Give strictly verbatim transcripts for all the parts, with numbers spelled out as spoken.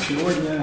Сегодня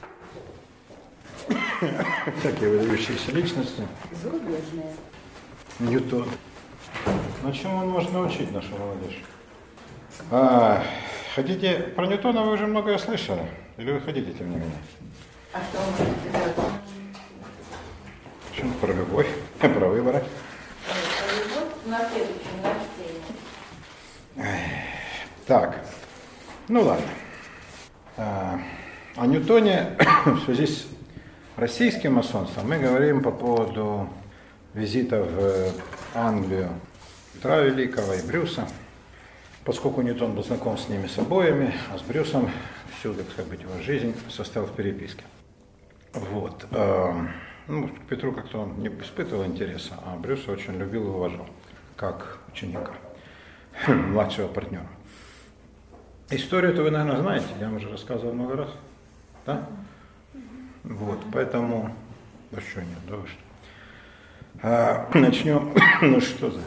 такие выдающиеся личности. Зарубежные. Ньютон. На чем он может научить нашу молодежь? А, хотите, про Ньютона вы уже многое слышали? Или вы хотите, тем не менее? А что он может сделать? Почему? Про любовь, про выборы. Про любовь на следующем рождении. Так, ну ладно. А, о Ньютоне в связи с российским масонством мы говорим по поводу визита в Англию Петра Великого и Брюса. Поскольку Ньютон был знаком с ними с обоими, а с Брюсом всю, так сказать, его жизнь состояла в переписке. Вот. Ну, к Петру как-то он не испытывал интереса, а Брюса очень любил и уважал, как ученика, младшего партнера. Историю-то вы, наверное, знаете, я вам уже рассказывал много раз, да? Вот, поэтому, да что нет, да вы что. А, начнем, ну что за,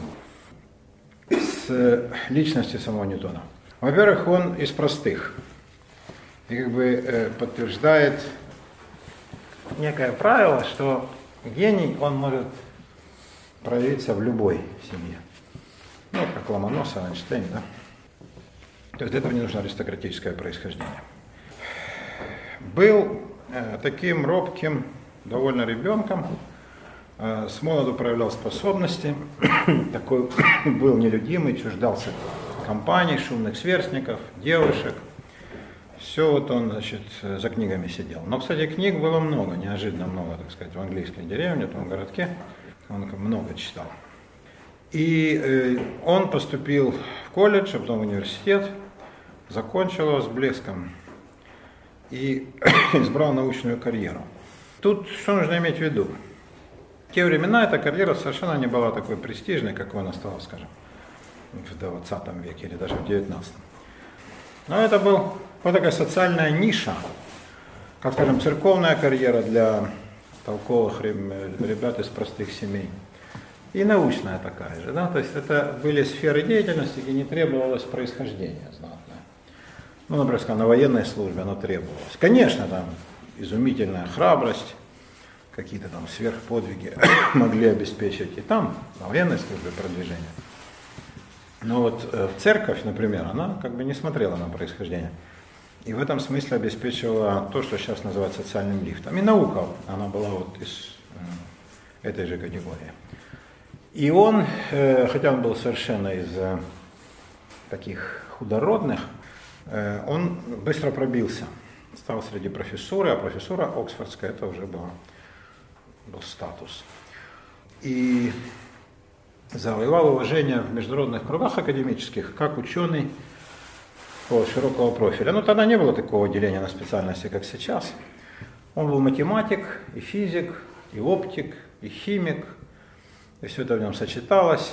с личности самого Ньютона. Во-первых, он из простых и как бы э, подтверждает некое правило, что гений, он может проявиться в любой семье. Ну, как Ломоносов, Эйнштейн, да? То есть для этого не нужно аристократическое происхождение. Был э, таким робким, довольно ребенком, э, с молоду проявлял способности, такой был нелюдимый, чуждался компаний, шумных сверстников, девушек. Все вот он, значит, за книгами сидел. Но, кстати, книг было много, неожиданно много, так сказать, в английской деревне, в том городке. Он много читал. И э, он поступил в колледж, а потом в университет, закончил его с блеском и избрал научную карьеру. Тут что нужно иметь в виду? В те времена эта карьера совершенно не была такой престижной, какой она стала, скажем, в двадцатом веке или даже в девятнадцатом. Но это был, была такая социальная ниша, как, скажем, церковная карьера для толковых ребят из простых семей. И научная такая же, да, то есть это были сферы деятельности, где не требовалось происхождения знатное. Ну, например, скажем, на военной службе оно требовалось. Конечно, там изумительная храбрость, какие-то там сверхподвиги могли обеспечить и там, на военной службе, продвижение. Но вот э, церковь, например, она как бы не смотрела на происхождение. И в этом смысле обеспечивала то, что сейчас называют социальным лифтом. И наука, она была вот из э, этой же категории. И он, э, хотя он был совершенно из э, таких худородных, э, он быстро пробился. Стал среди профессуры, а профессура оксфордская, это уже было, был статус. И завоевал уважение в международных кругах академических, как ученый широкого профиля. Но тогда не было такого деления на специальности, как сейчас. Он был математик, и физик, и оптик, и химик. И все это в нем сочеталось,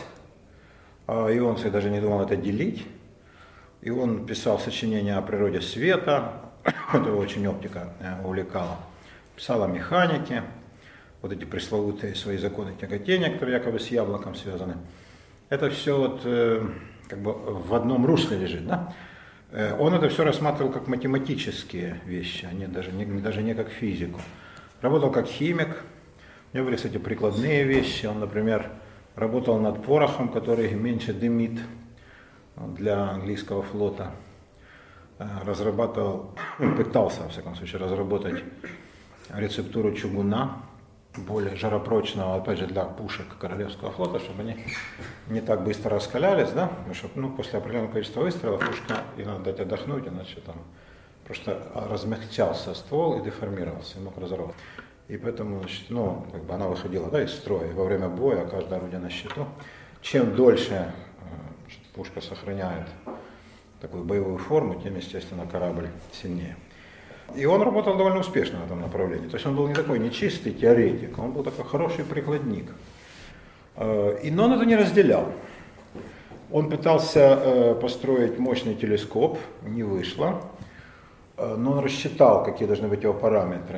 и он даже не думал это делить. И он писал сочинения о природе света, это его очень оптика увлекала. Писал о механике, вот эти пресловутые свои законы тяготения, которые якобы с яблоком связаны. Это все вот как бы в одном русле лежит, да? Он это все рассматривал как математические вещи, а не даже, не, даже не как физику. Работал как химик. У него были, кстати, прикладные вещи. Он, например, работал над порохом, который меньше дымит для английского флота. Разрабатывал, пытался, во всяком случае, разработать рецептуру чугуна, более жаропрочного, опять же, для пушек Королевского флота, чтобы они не так быстро раскалялись, да, потому что ну, после определенного количества выстрелов пушка, и надо дать отдохнуть, иначе там просто размягчался ствол и деформировался, и мог разорвать. И поэтому, значит, ну, как бы она выходила, да, из строя. И во время боя каждое орудие на счету. Чем дольше значит, пушка сохраняет такую боевую форму, тем, естественно, корабль сильнее. И он работал довольно успешно в этом направлении. То есть он был не такой нечистый теоретик, он был такой хороший прикладник. И, но он это не разделял. Он пытался построить мощный телескоп, не вышло. Но он рассчитал, какие должны быть его параметры.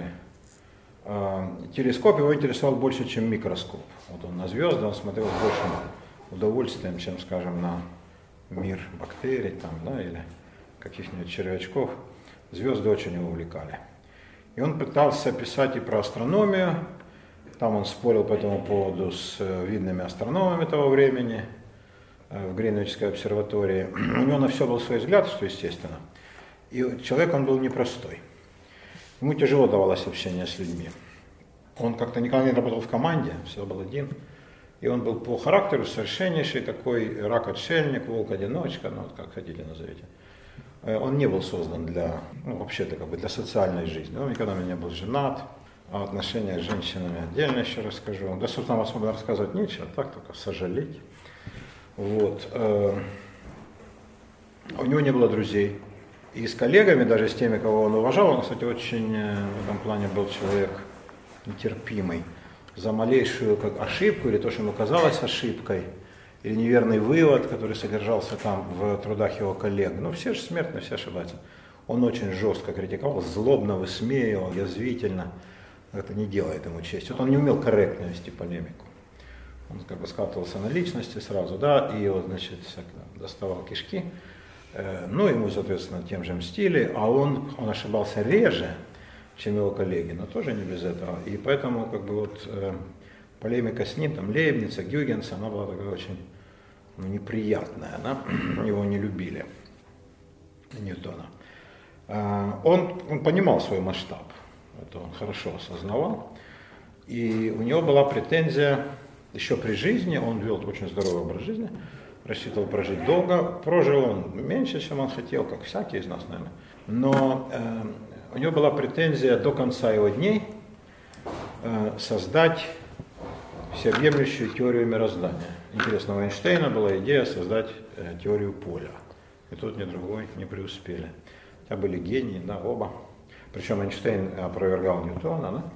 Телескоп его интересовал больше, чем микроскоп. Вот он на звезды, он смотрел с большим удовольствием, чем, скажем, на мир бактерий там, да, или каких-нибудь червячков. звезды очень его увлекали. И он пытался писать и про астрономию, там он спорил по этому поводу с видными астрономами того времени в Гринвичской обсерватории. У него на все был свой взгляд, что естественно. И человек он был непростой. Ему тяжело давалось общение с людьми. Он как-то никогда не работал в команде, всегда был один. И он был по характеру совершеннейший такой рак-отшельник, волк-одиночка, ну как хотите назовите. Он не был создан для, ну вообще-то как бы для социальной жизни. Он никогда не был женат, а отношения с женщинами отдельно еще расскажу. Да, собственно, вас можно рассказывать нечего, так только сожалеть. Вот. У него не было друзей. И с коллегами, даже с теми, кого он уважал, он, кстати, очень в этом плане был человек нетерпимый. За малейшую как ошибку, или то, что ему казалось ошибкой, или неверный вывод, который содержался там в трудах его коллег. Ну, все же смертны, все ошибаются. Он очень жестко критиковал, злобно высмеивал, язвительно. Это не делает ему честь. Вот он не умел корректно вести полемику. Он как бы скатывался на личности сразу, да, и вот, значит, доставал кишки. Ну, ему, соответственно, тем же мстили, а он, он ошибался реже, чем его коллеги, но тоже не без этого. И поэтому, как бы, вот, э, полемика с ним, там, Лейбница, Гюйгенса, она была такая очень ну, неприятная, да? Его не любили, Ньютона. Э, он, он понимал свой масштаб, это он хорошо осознавал, и у него была претензия, еще при жизни, он вел очень здоровый образ жизни, рассчитывал прожить долго, прожил он меньше, чем он хотел, как всякий из нас, наверное, но э, у него была претензия до конца его дней э, создать всеобъемлющую теорию мироздания. Интересно, у Эйнштейна была идея создать э, теорию поля. И тут ни другой не преуспели. Хотя были гении, да, оба. Причем Эйнштейн опровергал Ньютона, да?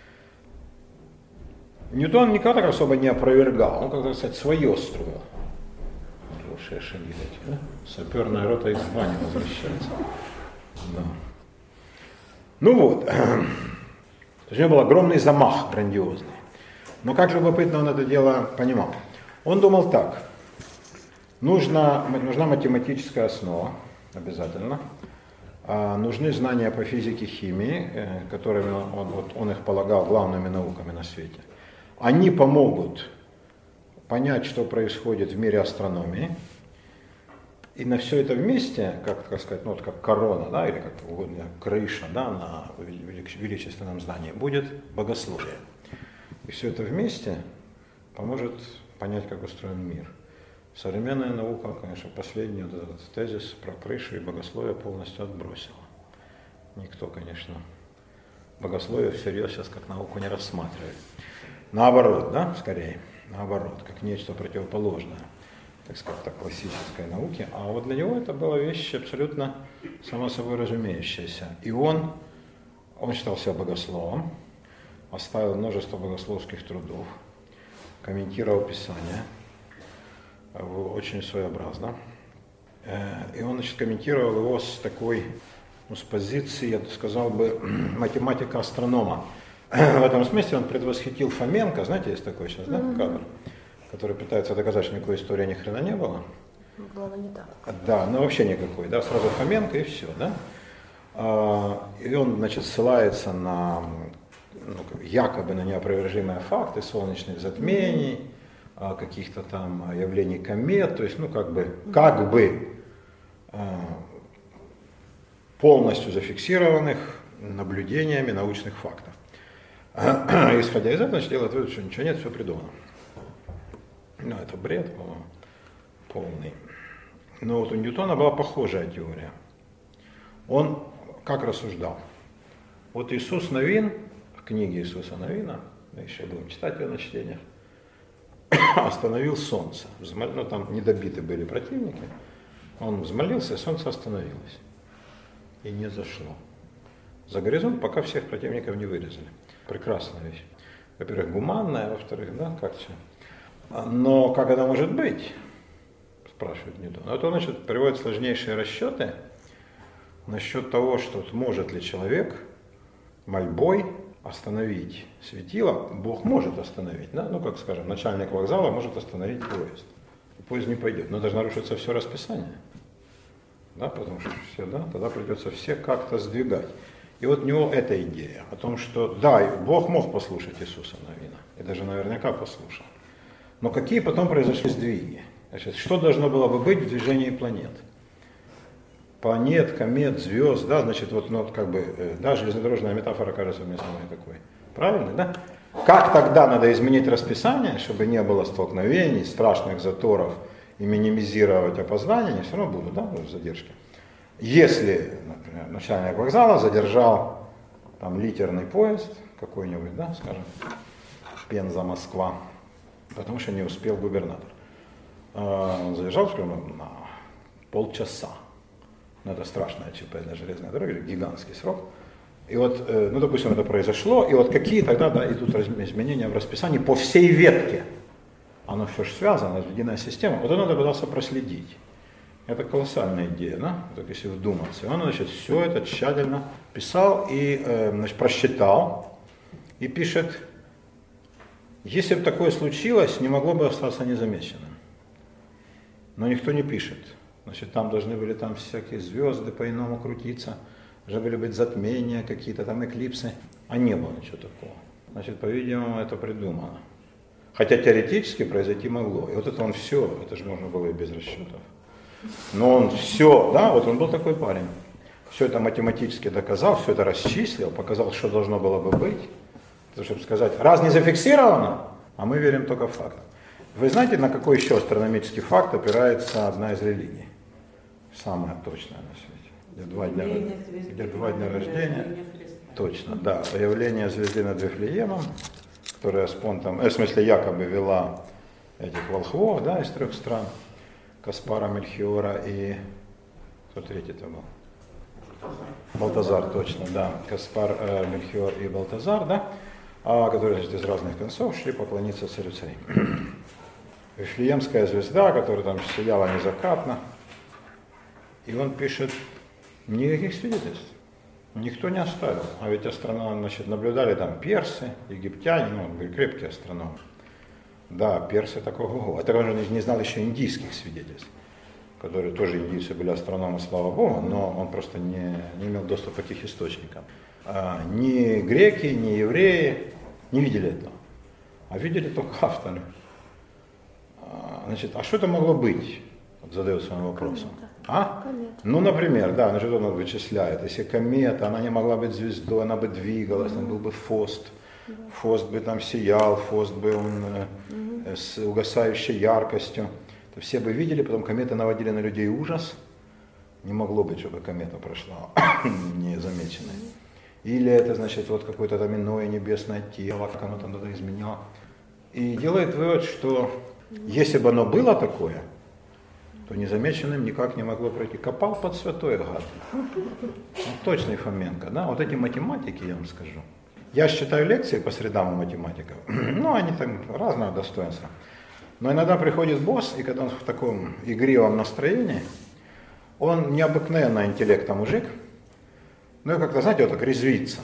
Ньютон никогда так особо не опровергал, он, как сказать, свое строил. Хорошие шаги эти, да? Саперная рота из бани возвращается. Да. Ну вот, то есть у него был огромный замах, грандиозный. Но как любопытно он это дело понимал. Он думал так, нужна, нужна математическая основа, обязательно, а нужны знания по физике, химии, которыми он, вот, он их полагал главными науками на свете. Они помогут понять, что происходит в мире астрономии. И на все это вместе, как, как сказать, ну вот как корона, да, или как угодно, крыша, да, на величественном здании, будет богословие. И все это вместе поможет понять, как устроен мир. Современная наука, конечно, последний вот этот тезис про крышу и богословие полностью отбросила. Никто, конечно, богословие всерьез сейчас как науку не рассматривает. Наоборот, да, скорее, наоборот, как нечто противоположное, так сказать, так, классической науки, а вот для него это была вещь абсолютно само собой разумеющаяся. И он, он считал себя богословом, оставил множество богословских трудов, комментировал Писание, очень своеобразно. И он, значит, комментировал его с такой, ну, с позиции, я сказал бы, математика-астронома. В этом смысле он предвосхитил Фоменко, знаете, есть такой сейчас, да, кадр, который пытается доказать, что никакой истории ни хрена не было. Было не так. Да, ну вообще никакой, да, сразу Фоменко и все, да. И он, значит, ссылается на, ну, якобы на неопровержимые факты солнечных затмений, каких-то там явлений комет, то есть, ну, как бы, как бы полностью зафиксированных наблюдениями научных фактов. Исходя из этого, значит, делает вывод, что ничего нет, все придумано. Ну, это бред, по-моему, полный. Но вот у Ньютона была похожая теория. Он как рассуждал? Вот Иисус Новин, в книге Иисуса Новина, мы еще будем читать ее на чтениях, остановил солнце. Ну, там недобиты были противники. Он взмолился, и солнце остановилось. И не зашло. За горизонт, пока всех противников не вырезали. Прекрасная вещь. Во-первых, гуманная, во-вторых, да, как все. Но как это может быть? Спрашивает Ньютон. Это, значит, приводит сложнейшие расчеты насчет того, что вот может ли человек мольбой остановить светило. Бог может остановить, да? Ну, как скажем, начальник вокзала может остановить поезд. Поезд не пойдет, но должно нарушиться все расписание. да, потому что все, да, тогда придется все как-то сдвигать. И вот у него эта идея о том, что да, Бог мог послушать Иисуса Навина, и даже наверняка послушал. Но какие потом произошли сдвиги? Значит, что должно было бы быть в движении планет? Планет, комет, звезд, да, значит, вот, ну, как бы, да, железнодорожная метафора кажется мне самой такой. Правильно, да? Как тогда надо изменить расписание, чтобы не было столкновений, страшных заторов и минимизировать опоздания, они все равно будут, да, задержки. Если, например, начальник вокзала задержал там литерный поезд какой-нибудь, да, скажем, Пенза-Москва, потому что не успел губернатор. Он задержал, скажем, на полчаса. Ну, это страшная ЧП для железной дороги, гигантский срок. И вот, ну, допустим, это произошло, и вот какие тогда, да, идут изменения в расписании по всей ветке. Оно все же связано, единая система. Вот это надо пытаться проследить. Это колоссальная идея, да, так если вдуматься. И он, значит, все это тщательно писал и, значит, просчитал, и пишет, если бы такое случилось, не могло бы остаться незамеченным. Но никто не пишет. Значит, там должны были там всякие звезды по-иному крутиться, должны были быть затмения, какие-то там эклипсы, а не было ничего такого. Значит, по-видимому, это придумано. Хотя теоретически произойти могло. И вот это он все, это же можно было и без расчетов. Но он все, да, вот он был такой парень. Все это математически доказал, все это расчислил, показал, что должно было бы быть. Чтобы сказать, раз не зафиксировано, а мы верим только в факты. Вы знаете, на какой еще астрономический факт опирается одна из религий? Самая точная на свете. Где два дня, где два дня рождения. Точно, да. Появление звезды над Вифлеемом, которая с понтом, э, в смысле якобы вела этих волхвов, да, из трех стран. Каспара, Мельхиора и... Кто третий-то был? Балтазар, точно, да. Каспар, э, Мельхиор и Балтазар, да. А, которые, значит, из разных концов шли поклониться царю царей. Вифлеемская звезда, которая там сияла незакатно. И он пишет, никаких свидетельств. Никто не оставил. А ведь астрономы, значит, наблюдали там персы, египтяне, ну, были крепкие астрономы. Да, персы такого. Это он же не знал еще индийских свидетельств, которые тоже индийцы были астрономы, слава богу, но он просто не, не имел доступа к их источникам. А, ни греки, ни евреи не видели этого, а видели только авторы. А, значит, а что это могло быть? Вот задается он вопросом. А? Ну, например, да, значит, он вычисляет. Если комета, она не могла быть звездой, она бы двигалась, там был бы Фост. Фост бы там сиял, Фост бы он э, с угасающей яркостью. То все бы видели, потом кометы наводили на людей ужас. Не могло быть, чтобы комета прошла незамеченной. Или это, значит, вот какое-то там иное небесное тело, как оно там тогда изменяло. И делает вывод, что если бы оно было такое, то незамеченным никак не могло пройти. Копал под святой гад. Ну, точный Фоменко, да, вот эти математики, я вам скажу. Я читаю лекции по средам у математиков, ну, они там разного достоинства. Но иногда приходит босс, и когда он в таком игривом настроении, он необыкновенно интеллектом мужик, ну и как-то, знаете, вот так резвится.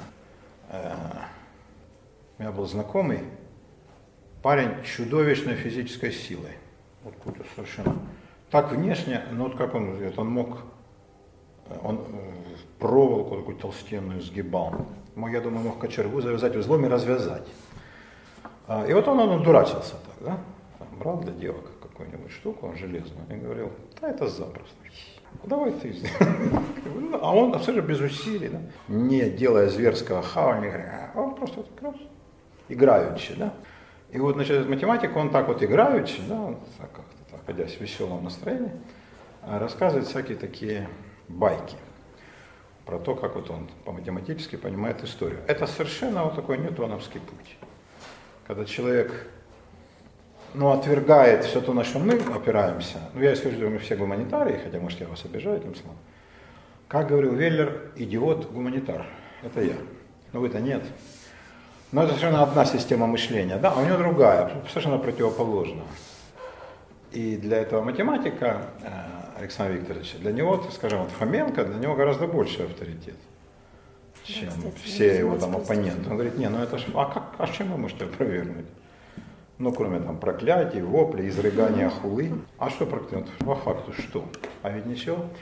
У меня был знакомый парень чудовищной физической силой. Вот какой-то совершенно. Так внешне, ну вот как он, он мог, он проволоку такую толстенную сгибал. Я думаю, мог кочергу завязать узлом и развязать. И вот он, он дурачился так, да? Брал для девок какую-нибудь штуку, он железную, и говорил, да это запросто. Давай ты. А он абсолютно без усилий, да? Не делая зверского хавания, он просто так раз, играючи, да? И вот, значит, математик, он так вот играючи, да, он так как-то так, находясь в веселом настроении, рассказывает всякие такие байки про то, как вот он по-математически понимает историю. Это совершенно вот такой ньютоновский путь. Когда человек, ну, отвергает все то, на что мы опираемся, ну, я скажу, что мы все гуманитарии, хотя, может, я вас обижаю этим словом. Как говорил Веллер, идиот-гуманитар. Это я. Но вы-то нет. Но это совершенно одна система мышления, да, а у него другая, совершенно противоположная. И для этого математика, Александра Викторовича, для него, скажем, вот Фоменко, для него гораздо больше авторитет, чем да, кстати, все его там оппоненты. Он говорит, не, ну это ж, а как, а чем вы можете опровергнуть? Ну, кроме там проклятий, воплей, изрыгания хулы. А что проклятие? По факту что? А ведь ничего.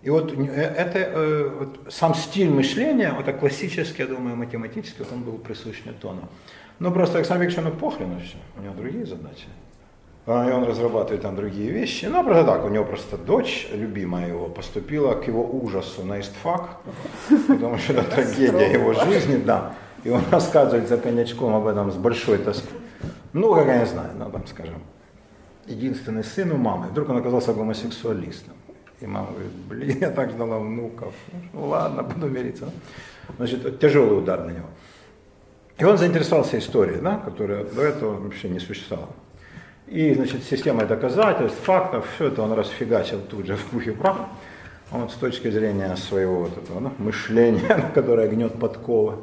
И вот это, э, вот сам стиль мышления, это классический, я думаю, математический, вот он был присущ Ньютону. Ну просто Александр Викторович, ну похрен все, у него другие задачи. И он разрабатывает там другие вещи. Ну, просто так, у него просто дочь, любимая его, поступила к его ужасу на истфак, потому что это трагедия его жизни, да. И он рассказывает за коньячком об этом с большой тоской. Ну, как я не знаю, ну, там, скажем, единственный сын у мамы, вдруг он оказался гомосексуалистом. И мама говорит, блин, я так ждала внуков. Ну, ладно, буду мириться. Значит, тяжелый удар на него. И он заинтересовался историей, да, которая до этого вообще не существовала. И, значит, системой доказательств, фактов, все это он расфигачил тут же в пух и прах. Он с точки зрения своего вот этого, ну, мышления, которое гнет подковы.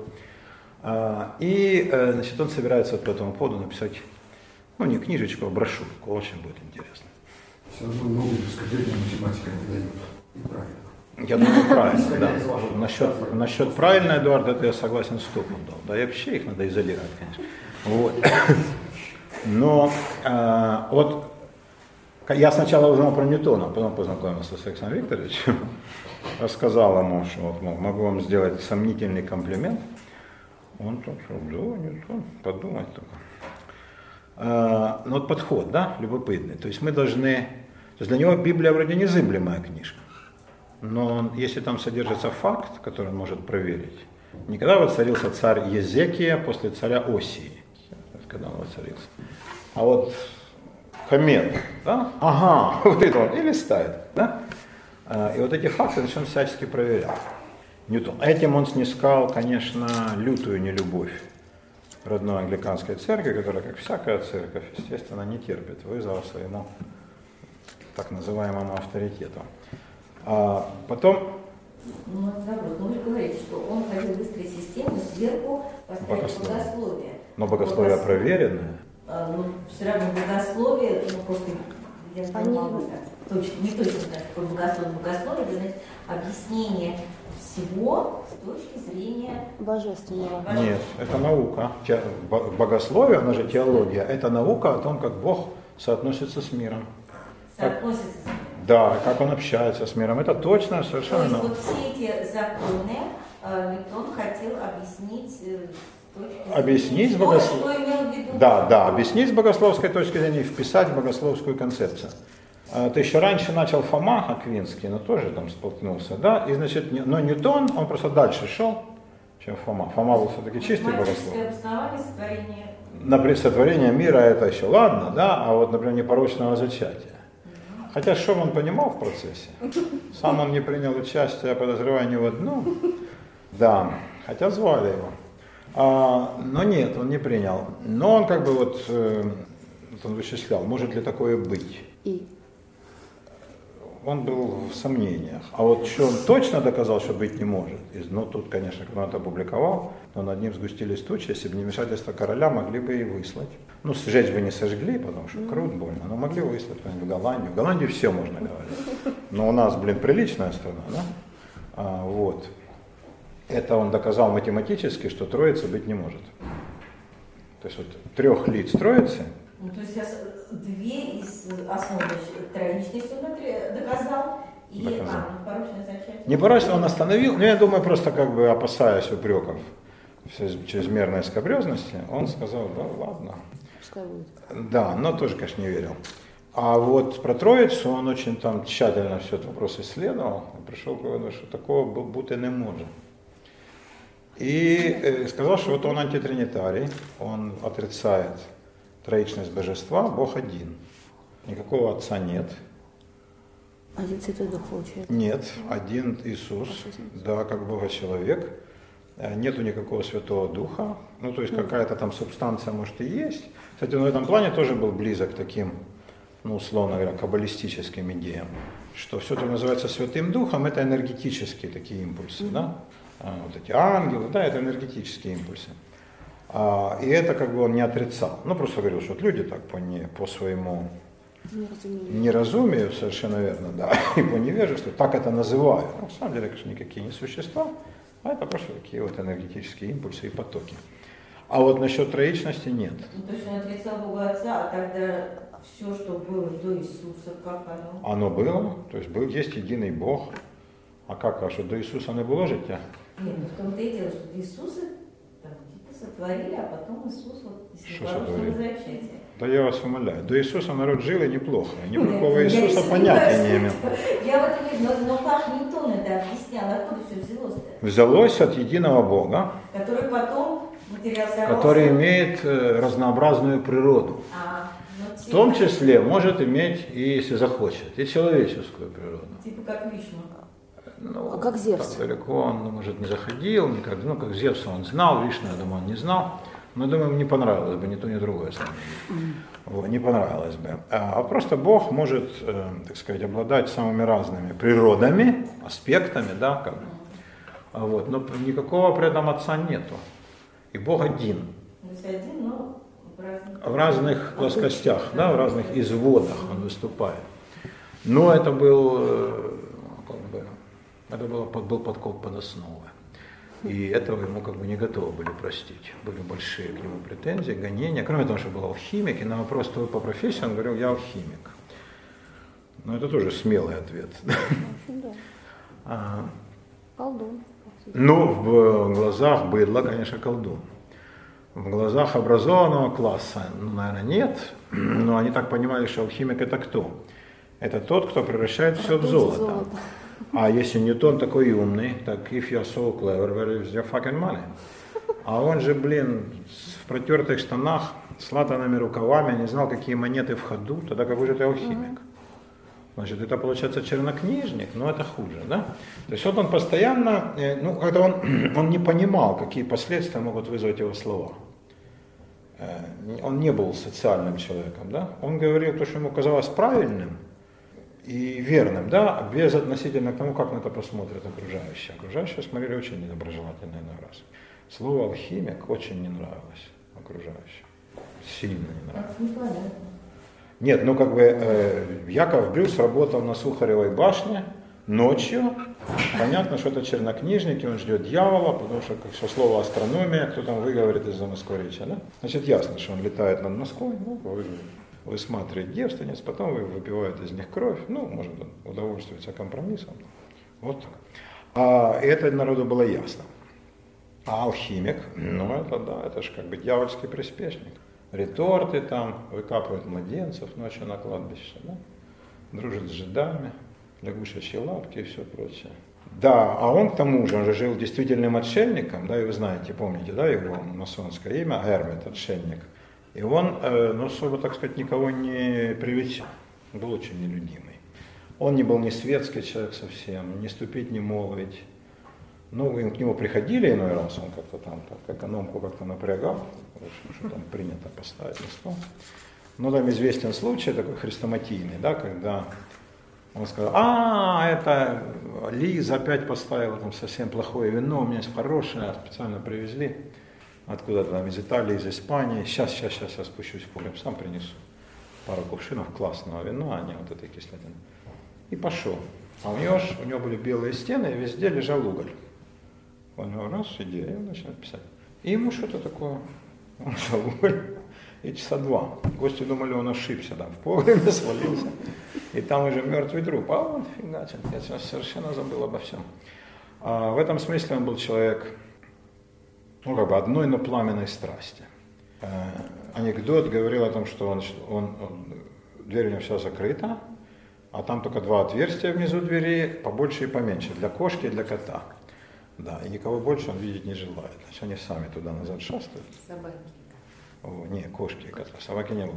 И, значит, он собирается вот по этому поводу написать, ну, не книжечку, а брошюрку, очень будет интересно. Все равно много дискотечной математика не дают. И правильно. Я думаю, правильно, да. Насчет, насчет правильно, Эдуард, это я согласен сто пудов. Да, и вообще их надо изолировать, конечно. Вот. Но э, вот я сначала узнал про Ньютона, потом познакомился с Александром Викторовичем, рассказал ему, что вот, могу вам сделать сомнительный комплимент. Он так сказал, да, Ньютон, подумать только. Э, ну вот подход, да, любопытный. То есть мы должны, то есть для него Библия вроде незыблемая книжка, но он, если там содержится факт, который он может проверить, никогда воцарился царь Езекия после царя Осии, когда он воцарился. А вот комет, да? Ага, вот это он и листает, да? И вот эти факты, значит, он всячески проверял. Ньютон. Этим он снискал, конечно, лютую нелюбовь родной англиканской церкви, которая, как всякая церковь, естественно, не терпит вызова своему так называемому авторитету. А потом... Ну, вопрос. Но вы же говорите, что он хотел выстроить систему сверху, поставить Богословие. богословие. Но богословие Богос... проверенное. А, ну, все равно богословие, ну, просто я не могу сказать, точно, не точно знаю, какое богословие. Богословие, это значит объяснение всего с точки зрения божественного. Нет, это наука. Те... Богословие, она же теология, это наука о том, как Бог соотносится с миром. соотносится с миром. Да, как он общается с миром, это точно, совершенно. То есть вот все эти законы э, Ньютон хотел объяснить э, с точки зрения, Объяснить что, богослов... что имел в виду. Да, да, объяснить с богословской точки зрения и вписать в богословскую концепцию. Это еще раньше начал Фома Аквинский, но тоже там столкнулся, да, и значит, но Ньютон, он просто дальше шел, чем Фома. Фома был все-таки чистый богослов. Обоснование сотворения. Например, сотворение мира это еще ладно, да, а вот, например, непорочного зачатия. Хотя что он понимал в процессе? Сам он не принял участие, я подозреваю, ни в одном. Да, хотя звали его. А, но нет, он не принял. Но он как бы вот, э, он вычислял, может ли такое быть. И? Он был в сомнениях. А вот что он точно доказал, что быть не может. Ну тут, конечно, когда он это опубликовал, но над ним сгустились тучи, если бы не вмешательство короля, могли бы и выслать. Ну, сжечь бы не сожгли, потому что крут больно, но могли выслать в Голландию. В Голландии все можно говорить. Но у нас, блин, приличная страна, да? А, вот. Это он доказал математически, что троицы быть не может. То есть вот трех лиц троицы. Ну, то есть две из основ троичности он доказал, и доказал. А, непорочное зачатие. Непорочно он остановил, но я думаю, просто как бы опасаясь упреков в чрезмерной скабрезности, он сказал, да ладно. Пускай будет. Да, но тоже, конечно, не верил. А вот про Троицу он очень там тщательно все этот вопрос исследовал и пришел к выводу, что такого будто не может. И э, сказал, что вот он антитринитарий, он отрицает троичность божества, Бог один. Никакого отца нет. Один Святой Дух получается. Нет, один Иисус, да, как Бога-человек. Нету никакого Святого Духа. Ну, то есть какая-то там субстанция, может, и есть. Кстати, он в этом плане тоже был близок к таким, ну, условно говоря, каббалистическим идеям, что все, что называется Святым Духом, это энергетические такие импульсы, mm-hmm. да? А, вот эти ангелы, да, это энергетические импульсы. А, и это как бы он не отрицал. Ну, просто говорил, что вот люди так по, не, по своему неразумию. неразумию, совершенно верно, да, и по невежеству так это называют. Но, на самом деле, конечно, никакие не существа, а это просто такие вот энергетические импульсы и потоки. А вот насчет троичности нет. Ну, то есть он отрицал Бога Отца, а тогда все, что было до Иисуса, как оно? Оно было, то есть был, есть единый Бог, А как, а что, до Иисуса не было життя? Нет, ну в том-то и дело, что Иисуса там типа сотворили, а потом Иисус, вот, если Что порочное сотворили? возвращается. Да я вас умоляю, до Иисуса народ жил и неплохо, и Ну, никакого я- я Иисуса не понятия сомневаюсь. не имел. Я в этом не но, но как Ньютон это объяснял, откуда все взялось-то? Взялось от единого Бога, Который потом материализовался. который имеет э, разнообразную природу. А, ну, В типа, том числе может иметь, и, если захочет, и человеческую природу. Типа как Вишну. Ну, А как Зевс? так далеко он, ну, может, не заходил, никак, ну, как Зевса он знал, Вишну, я думаю, он не знал. Но, думаю, ему не понравилось бы ни то, ни другое. Вот, не понравилось бы. А просто Бог может, э, так сказать, обладать самыми разными природами, аспектами, да, как бы. А вот, но никакого при этом Отца нету. И Бог один. То есть один, но в разных... В разных плоскостях, да, в разных изводах он выступает. Но это был, э, как бы, это было, под- был подкоп под основы. И этого ему как бы не готовы были простить. Были большие к нему претензии, гонения. Кроме того, что был алхимик, и на вопрос, кто вы по профессии, он говорил, я алхимик. Но это тоже смелый ответ. В общем, да. А, Колдун. Ну, в глазах быдла, конечно, колдун. В глазах образованного класса, ну, наверное, нет. Но они так понимали, что алхимик это кто? Это тот, кто превращает все в золото. А если Ньютон такой умный, так if you're so clever, where is your fucking money? А он же, блин, в протертых штанах, с латанными рукавами, не знал, какие монеты в ходу, тогда какой же ты алхимик? Значит, это получается чернокнижник, но это хуже, да? То есть вот он постоянно, э, ну, как-то он, он не понимал, какие последствия могут вызвать его слова. Э, он не был социальным человеком, да? Он говорил то, что ему казалось правильным и верным, да, без относительно к тому, как на это посмотрят окружающие. Окружающие смотрели очень недоброжелательно иной раз. Слово алхимик очень не нравилось окружающим. Сильно не нравилось. Как непонятно. Нет, ну как бы э, Яков Брюс работал на Сухаревой башне ночью. Понятно, что это чернокнижник, и он ждет дьявола, потому что, как все слово астрономия, кто там выговорит из-за Москворечья, да? Значит, ясно, что он летает над Москвой, ну, вы, высматривает девственниц, потом вы выпивает из них кровь, ну, может, он удовольствуется компромиссом. Вот так. А это народу было ясно. А алхимик, ну это да, это же как бы дьявольский приспешник. Реторты там, выкапывают младенцев ночью на кладбище, да? Дружит с жидами, лягушачьи лапки и все прочее. Да, а он к тому же, он же жил действительным отшельником, да, и вы знаете, помните, да, его масонское имя, Гермет, отшельник. И он, э, ну, особо, так сказать, никого не привечал, был очень нелюдимый. Он не был ни светский человек совсем, ни ступить, ни молвить. Ну, к нему приходили иной раз, он как-то там, так, экономку как-то напрягал, что там принято поставить на стол. Но там известен случай такой хрестоматийный, да, когда он сказал, а, это Лиза опять поставила там совсем плохое вино, у меня есть хорошее, специально привезли откуда-то там из Италии, из Испании, сейчас, сейчас, сейчас я спущусь в погреб, сам принесу пару кувшинов классного вина, а не вот этой кислятины. И пошел. А у него, ж, у него были белые стены, и везде лежал уголь. У него раз, идея, и он начинает писать. И ему что-то такое, он взял уголь, и часа два. Гости думали, он ошибся, там в погребе свалился, и там уже мертвый труп. А он фигачит, я сейчас совершенно забыл обо всем. А в этом смысле он был человек, ну, как бы одной, но пламенной страсти. Э, анекдот говорил о том, что он, он, он, дверь у него вся закрыта, а там только два отверстия внизу двери, побольше и поменьше, для кошки и для кота. Да, и никого больше он видеть не желает. Значит, они сами туда-назад шастают. Собаки. О, не, кошки и кота, собаки не было.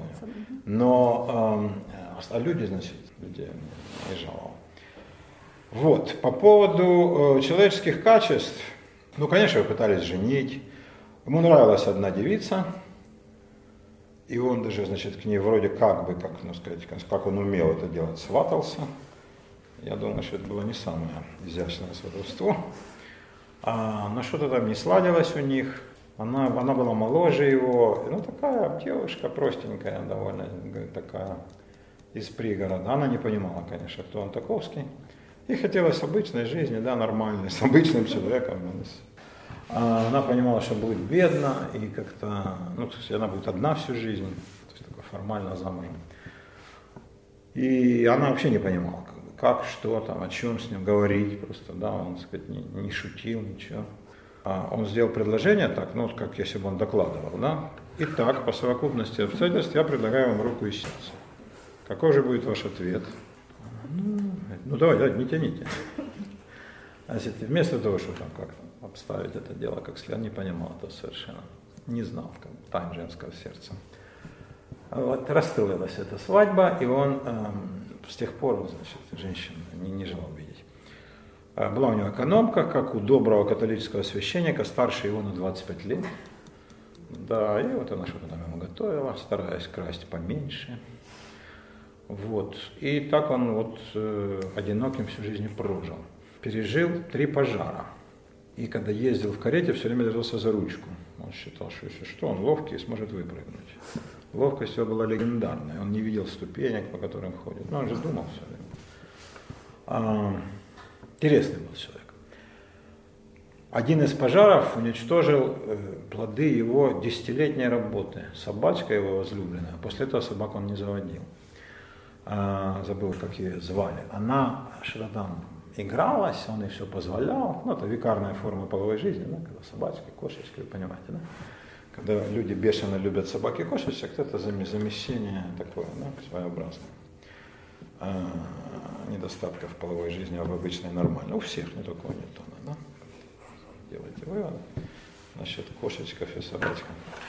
Но, э, а люди, значит, людей не жаловал. Вот, по поводу э, человеческих качеств, ну, конечно, его пытались женить. Ему нравилась одна девица, и он даже, значит, к ней вроде как бы, как, ну, сказать, как он умел это делать, сватался. Я думаю, что это было не самое изящное сватовство. А, но что-то там не сладилось у них. Она, она была моложе его, ну, такая девушка простенькая, довольно такая, из пригорода. Она не понимала, конечно, кто он таковский. Ей хотелось обычной жизни, да, нормальной, с обычным человеком. А она понимала, что будет бедна, и как-то, ну, то есть она будет одна всю жизнь, то есть такой формально замужем. И она вообще не понимала, как, что там, о чем с ним говорить просто, да, он, так сказать, не, не шутил, ничего. А он сделал предложение так, ну, как если бы он докладывал, да. Итак, по совокупности обстоятельств я предлагаю вам руку и сердце. Какой же будет ваш ответ? Ну, ну давай, давай, не тяните. Значит, вместо того, чтобы там как-то обставить это дело как следует, он не понимал это совершенно, не знал как, тайн женского сердца. Вот, расстроилась эта свадьба, и он эм, с тех пор, значит, женщин не, не желал видеть. Была у него экономка, как у доброго католического священника, старше его на двадцать пять лет. Да, и вот она что-то там ему готовила, стараясь красть поменьше. Вот. И так он вот э, одиноким всю жизнь прожил. Пережил три пожара. И когда ездил в карете, все время держался за ручку. Он считал, что если что, он ловкий и сможет выпрыгнуть. Ловкость его была легендарная. Он не видел ступенек, по которым ходит. Но он же думал все время. А, интересный был человек. Один из пожаров уничтожил э, плоды его десятилетней работы. Собачка его возлюбленная. После этого собаку он не заводил. А, забыл, как ее звали. Она что-то там игралась, он ей все позволял. Ну, это викарная форма половой жизни, да, когда собачки, кошечки, вы понимаете, да? Когда люди бешено любят собак и кошечек, это замещение такое, да, своеобразное. А, недостатков половой жизни в обычной нормальной. У всех, не только у Ньютона, да? Делайте выводы насчет кошечков и собачек.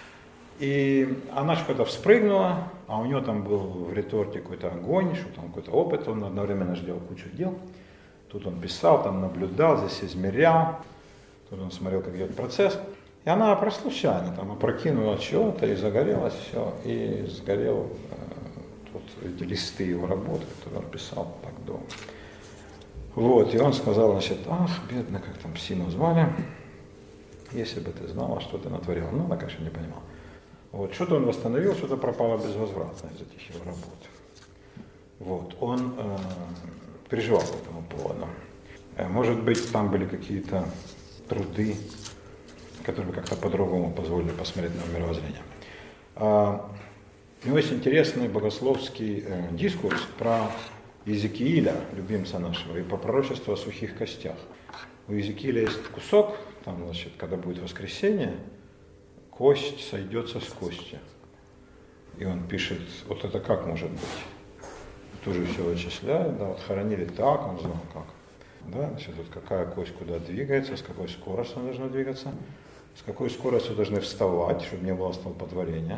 И она что-то вспрыгнула, а у него там был в реторте какой-то огонь, что там какой-то опыт, он одновременно делал кучу дел. Тут он писал, там наблюдал, здесь измерял, тут он смотрел, как идет процесс. И она просто случайно там опрокинула чего-то и загорелось все, и сгорел э, тут эти листы его работы, которые он писал так долго. Вот, и он сказал, значит, ах, бедно, как там Сину звали, если бы ты знала, что ты натворила. Ну, она, конечно, не понимала. Вот, что-то он восстановил, что-то пропало безвозвратно из этих его работ. Вот, он э, переживал по этому поводу. Э, может быть, там были какие-то труды, которые как-то по-другому позволили посмотреть на мировоззрение. Э, у него есть интересный богословский э, дискурс про Иезекииля, любимца нашего, и про пророчество о сухих костях. У Иезекииля есть кусок, там, значит, когда будет воскресенье, кость сойдется с кости. И он пишет, вот это как может быть? Тоже все вычисляет, да, вот хоронили так, он знал как. Да, значит, вот какая кость куда двигается, с какой скоростью она должна двигаться, с какой скоростью должны вставать, чтобы не было столпотворения.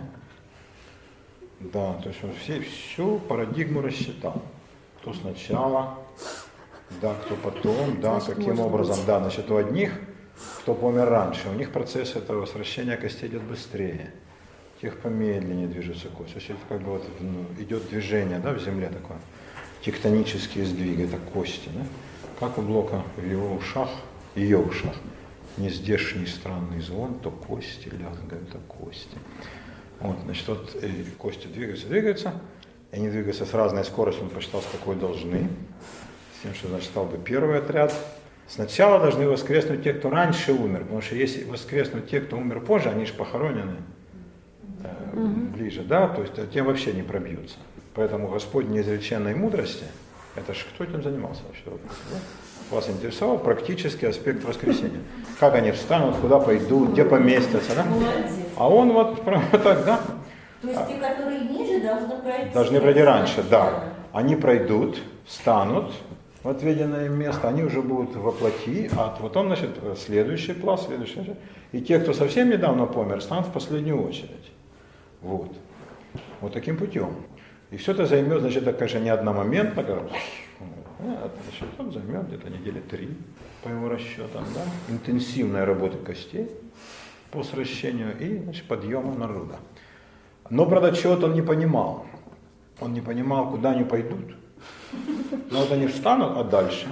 Да, то есть он все, всю парадигму рассчитал. Кто сначала, да, кто потом, да, значит, каким образом, быть. Да, значит, у одних, кто помер раньше, у них процесс этого сращения костей идет быстрее, у тех помедленнее движется кость. То есть это как бы вот, ну, идет движение, да, в земле такое, тектонические сдвиги, это кости, да, как у Блока в его ушах, ее ушах, нездешний странный звон, то кости лязгают, то кости. Вот, значит, вот кости двигаются, двигаются, и они двигаются с разной скоростью, он посчитал, с какой должны, с тем, что, значит, стал бы первый отряд. Сначала должны воскреснуть те, кто раньше умер, потому что если воскреснут те, кто умер позже, они же похоронены э, mm-hmm. ближе, да, то есть тем вообще не пробьются. Поэтому Господь неизреченной мудрости, это же кто этим занимался вообще? Вас интересовал практический аспект воскресения. Как они встанут, куда пойдут, где поместятся, да? А он вот прямо так, да? То есть те, которые ниже, должны пройти? Должны пройти раньше, да. Они пройдут, встанут в отведенное место, они уже будут во плоти, а потом, значит, следующий пласт, следующий, и те, кто совсем недавно помер, станут в последнюю очередь. Вот. Вот таким путем. И все это займет, значит, это, конечно, не одномоментно, это, значит, он займет где-то недели три, по его расчетам, да, интенсивной работы костей по сращению и, значит, подъема народа. Но, правда, чего-то он не понимал. Он не понимал, куда они пойдут. Но вот они встанут, а дальше?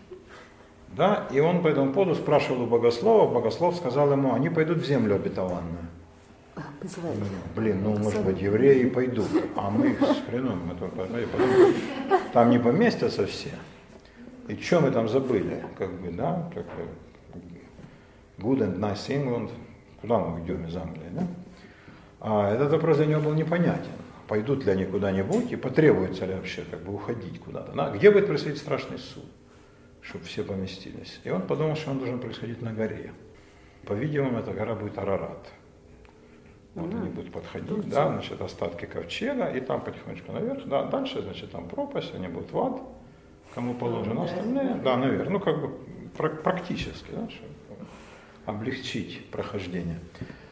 Да, и он по этому поводу спрашивал у богослова, богослов сказал ему, они пойдут в землю обетованную. Блин, ну, может быть, евреи пойдут, а мы с хреном, мы только, там не поместятся все. И что мы там забыли? Как бы, да, как good and nice England, куда мы уйдем из Англии, да? А этот вопрос для него был непонятен. пойдут ли они куда-нибудь и потребуется ли вообще как бы уходить куда-то. Да? Где будет происходить страшный суд, чтобы все поместились. И он подумал, что он должен происходить на горе. По-видимому, эта гора будет Арарат. Вот они будут подходить, да, значит, остатки ковчега, и там потихонечку наверх, да, дальше, значит, там пропасть, они будут в ад, кому положено, остальные, да, наверх, ну, как бы практически, да, чтобы облегчить прохождение.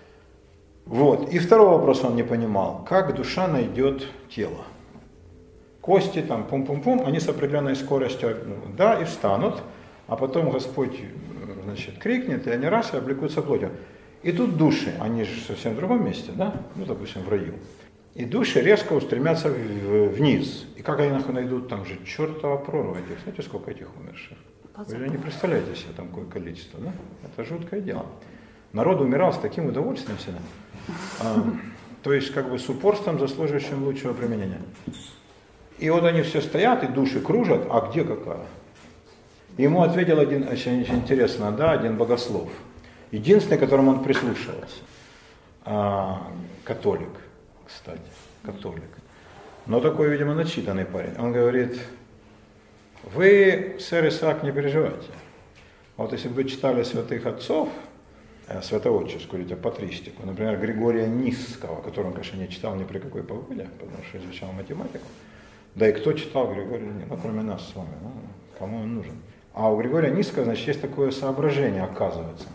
Вот, и второй вопрос он не понимал, как душа найдет тело. Кости там, пум-пум-пум, они с определенной скоростью, да, и встанут, а потом Господь, значит, крикнет, и они раз и облекутся плотью. И тут души, они же совсем в другом месте, да, ну, допустим, в раю. И души резко устремятся вниз. И как они нахуй найдут, там же чертова прорва этих, знаете, сколько этих умерших? Вы же не представляете себе там какое количество, да? Это жуткое дело. Народ умирал с таким удовольствием всегда. А, то есть как бы с упорством, заслуживающим лучшего применения. И вот они все стоят, и души кружат, а где какая? Ему ответил один, очень, очень интересно, да, один богослов. Единственный, к которому он прислушивался. А, католик, кстати, католик. Но такой, видимо, начитанный парень. Он говорит, вы, сэр Исаак, не переживайте. Вот если бы вы читали святых отцов, святоотческую или патристику, например, Григория Нисского, которого он, конечно, не читал ни при какой погоде, потому что изучал математику. Да и кто читал Григория, ну, кроме нас с вами, ну, кому он нужен. А у Григория Нисского, значит, есть такое соображение, оказывается.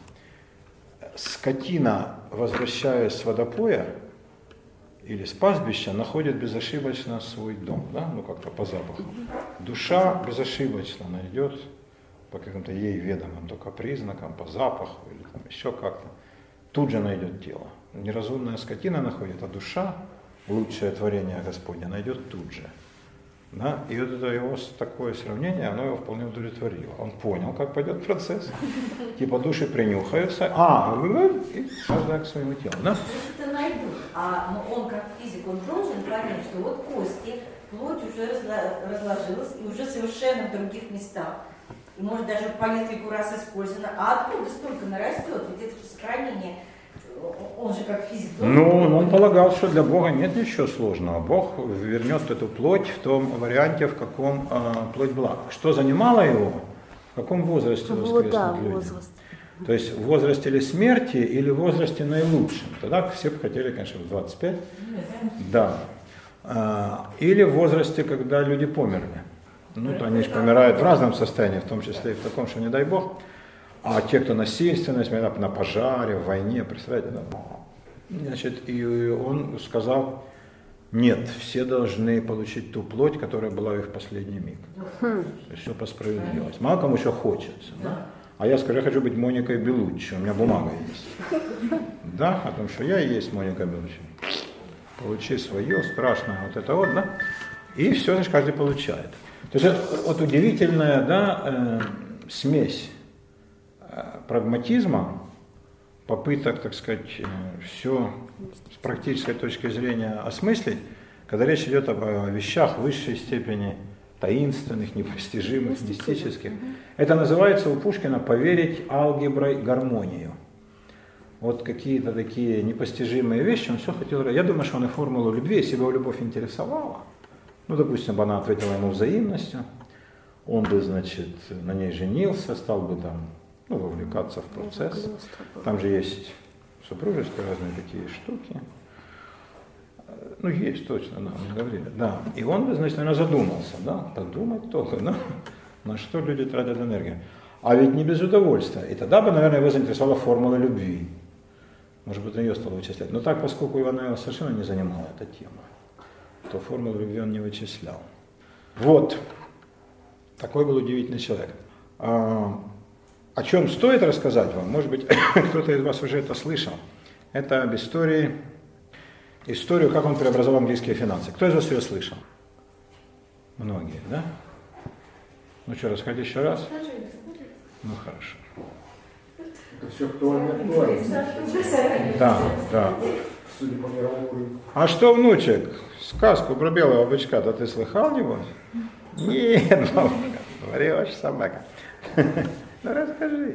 Скотина, возвращаясь с водопоя или с пастбища, находит безошибочно свой дом, да, ну как-то по запаху. Душа безошибочно найдет по каким-то ей ведомым только признакам, по запаху или там еще как-то, тут же найдет тело. Неразумная скотина находит, а душа, лучшее творение Господня, найдет тут же. Да? И вот это его такое сравнение, оно его вполне удовлетворило. Он понял, как пойдет процесс. Типа души принюхаются, а, и каждая к своему телу. Да? Это найдут. А ну, он как физик, он должен понять, что вот кости, плоть уже разложилась и уже совершенно в других местах. И может даже по нескольку раз использовано. А откуда столько нарастет? Ведь это же сохранение. Он же как физик должен. Ну, он полагал, что для Бога нет ничего сложного. Бог вернет эту плоть в том варианте, в каком э, плоть была. Что занимало его? В каком возрасте воскреснут да, люди? возраст. То есть в возрасте или смерти, или в возрасте наилучшем. Тогда все бы хотели, конечно, в двадцать пять. Да. А, или в возрасте, когда люди померли. Ну, то они же помирают в разном состоянии, в том числе и в таком, что не дай Бог. А те, кто насильственно, на пожаре, в войне, представляете, да? Значит, и он сказал, нет, все должны получить ту плоть, которая была в их последний миг. То есть все по справедливости. Мало кому еще хочется, да? А я скажу, я хочу быть Моникой Белуччи, у меня бумага есть. Да, о том, что я и есть Моника Белуччи. Получи свое, страшное, вот это вот, да? И все, значит, каждый получает. То есть это вот удивительная, да, э, смесь прагматизма, попыток, так сказать, все с практической точки зрения осмыслить, когда речь идет об вещах высшей степени таинственных, непостижимых, мистических. Это называется у Пушкина «поверить алгеброй гармонию». Вот какие-то такие непостижимые вещи, он все хотел... Я думаю, что он и формулу любви, если бы его любовь интересовала, ну, допустим, бы она ответила ему взаимностью, он бы, значит, на ней женился, стал бы там, ну, вовлекаться в процесс. Там же есть супружеские разные такие штуки. Ну, есть точно, да, мы говорили. Да. И он бы, значит, наверное, задумался, да, подумать только, да, на что люди тратят энергию. А ведь не без удовольствия. И тогда бы, наверное, его заинтересовала формула любви. Может быть, он ее стал вычислять. Но так, поскольку Ивана его совершенно не занимала эта тема, то формулу любви он не вычислял. Вот. Такой был удивительный человек. А, о чем стоит рассказать вам, может быть, кто-то из вас уже это слышал, это об истории, историю, как он преобразовал английские финансы. Кто из вас ее слышал? Многие, да? Ну что, расскажите еще раз? Ну хорошо. Это все актуально, актуально. Да, да. Судя по мировому рынку. А что, внучек, сказку про белого бычка-то ты слыхал, небось? Нет, бабушка, врешь, собака. Ну расскажи.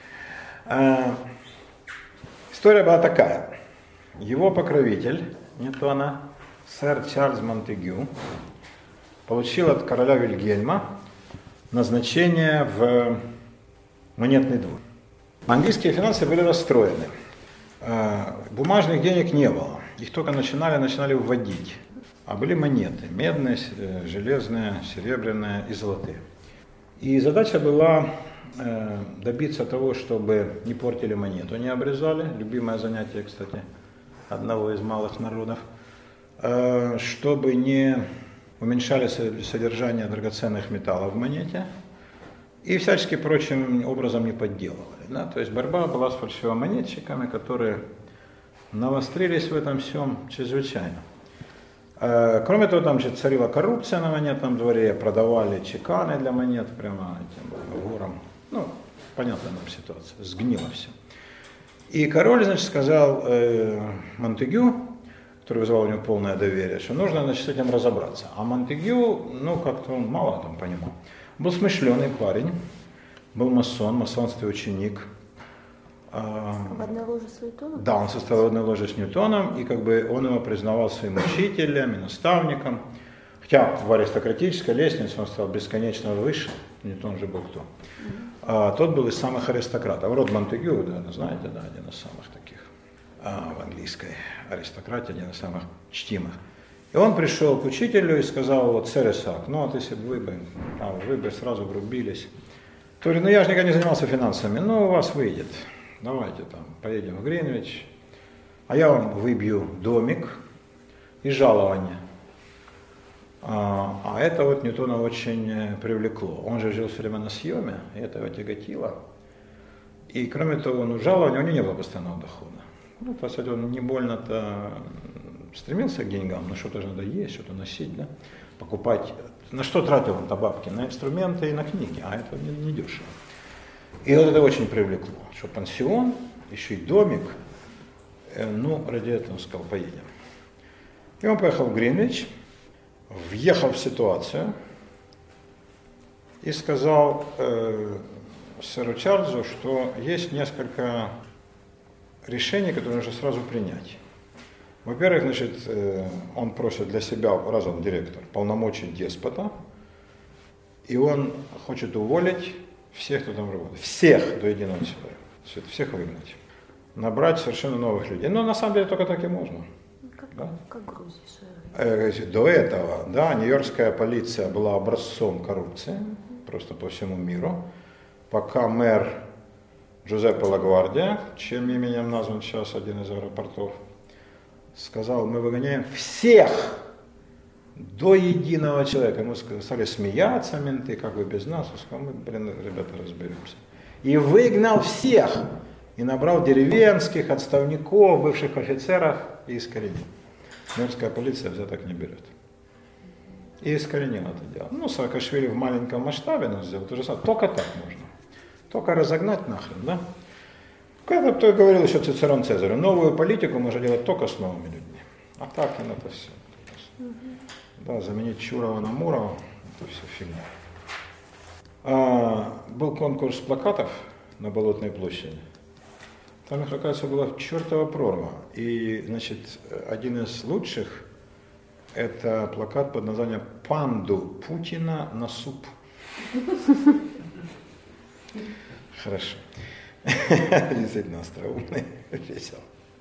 А, история была такая. Его покровитель, Ньютона, сэр Чарльз Монтегю получил от короля Вильгельма назначение в монетный двор. Английские финансы были расстроены. Бумажных денег не было. Их только начинали, начинали вводить. А были монеты. Медные, железные, серебряные и золотые. И задача была добиться того, чтобы не портили монету, не обрезали. Любимое занятие, кстати, одного из малых народов. Чтобы не уменьшали содержание драгоценных металлов в монете. И всячески прочим образом не подделывали. Да? То есть борьба была с фальшивомонетчиками, которые навострились в этом всем чрезвычайно. Кроме того, там же царила коррупция на монетном дворе, продавали чеканы для монет прямо этим ворам. Ну, понятная нам ситуация, сгнило все. И король, значит, сказал э, Монтегю, который вызывал у него полное доверие, что нужно, значит, с этим разобраться. А Монтегю, ну, как-то он мало там понимал. Был смышленый парень, был масон, масонский ученик. В одной ложе с Ньютоном? Да, он состоял в одной ложе с Ньютоном, и как бы он его признавал своим учителем и наставником. Хотя в аристократической лестнице он стал бесконечно выше, Ньютон же был кто. А тот был из самых аристократов. Род Монтегю, да, знаете, да, один из самых таких а, в английской аристократии, один из самых чтимых. И он пришел к учителю и сказал: вот, сэр Исаак, ну вот если бы вы бы, а, вы бы сразу врубились. То говорит: ну я же никогда не занимался финансами, но у вас выйдет. Давайте там поедем в Гринвич, а я вам выбью домик и жалование. А, а это вот Ньютона очень привлекло. Он же жил все время на съеме, и это его тяготило. И кроме того, ну, жалования у него не было постоянного дохода. Ну, по сути, он не больно-то стремился к деньгам, но что-то же надо есть, что-то носить, да? Покупать. На что тратил он-то бабки? На инструменты и на книги, а это не, не дешево. И вот это очень привлекло, что пансион, еще и домик, э, ну, ради этого он сказал: поедем. И он поехал в Гринвич, въехал в ситуацию и сказал э, сэру Чарльзу, что есть несколько решений, которые нужно сразу принять. Во-первых, значит, э, он просит для себя, раз он директор, полномочий деспота, и он хочет уволить всех, кто там работает. Всех до единого человека. Всех выгнать. Набрать совершенно новых людей. Но на самом деле только так и можно. Как, да? как Грузия в свое время. До этого, да, нью-йоркская полиция была образцом коррупции, просто по всему миру. Пока мэр Джузеппе Лагвардия, чьим именем назван сейчас один из аэропортов, сказал: мы выгоняем всех до единого человека. Мы стали смеяться, менты, как вы без нас. Мы, блин, ребята, разберемся. И выгнал всех. И набрал деревенских, отставников, бывших офицеров и искоренил. Нью-Йоркская полиция взяток не берет. И искоренил это дело. Ну, Саакашвили в маленьком масштабе нас сделал то же самое. Только так можно. Только разогнать нахрен, да? Когда кто говорил еще Цицерон Цезарю: новую политику можно делать только с новыми людьми. А так и это все. Да, заменить Чурова на Мурова, это все фигня. А, был конкурс плакатов на Болотной площади. Там их, оказывается, была чертова прорва. И, значит, один из лучших — это плакат под названием «Панду Путина на суп». Хорошо. Действительно остроумный, весело.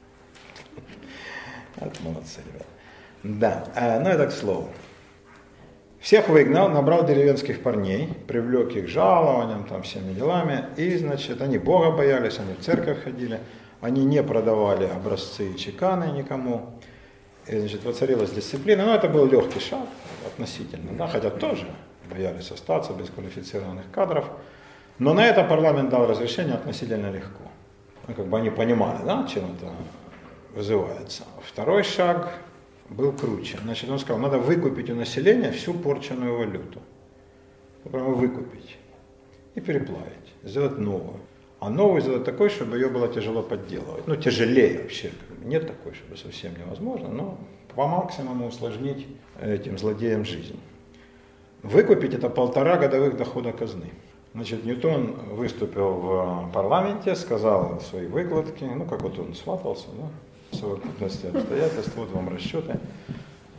Вот молодцы, ребята. Да, ну это к слову. Всех выгнал, набрал деревенских парней, привлек их жалованием, там, всеми делами. И, значит, они Бога боялись, они в церковь ходили, они не продавали образцы и чеканы никому. И, значит, воцарилась дисциплина. Но это был легкий шаг относительно, да, хотя тоже боялись остаться без квалифицированных кадров. Но на это парламент дал разрешение относительно легко. Ну, как бы они понимали, да, чем это вызывается. Второй шаг был круче. Значит, он сказал: надо выкупить у населения всю порченную валюту. Прямо выкупить и переплавить, сделать новую. А новую сделать такой, чтобы ее было тяжело подделывать. Ну, тяжелее вообще. Нет такой, чтобы совсем невозможно, но по максимуму усложнить этим злодеям жизнь. Выкупить — это полтора годовых дохода казны. Значит, Ньютон выступил в парламенте, сказал свои выкладки, ну, как вот он сватался, да, в совокупности обстоятельств, вот вам расчеты,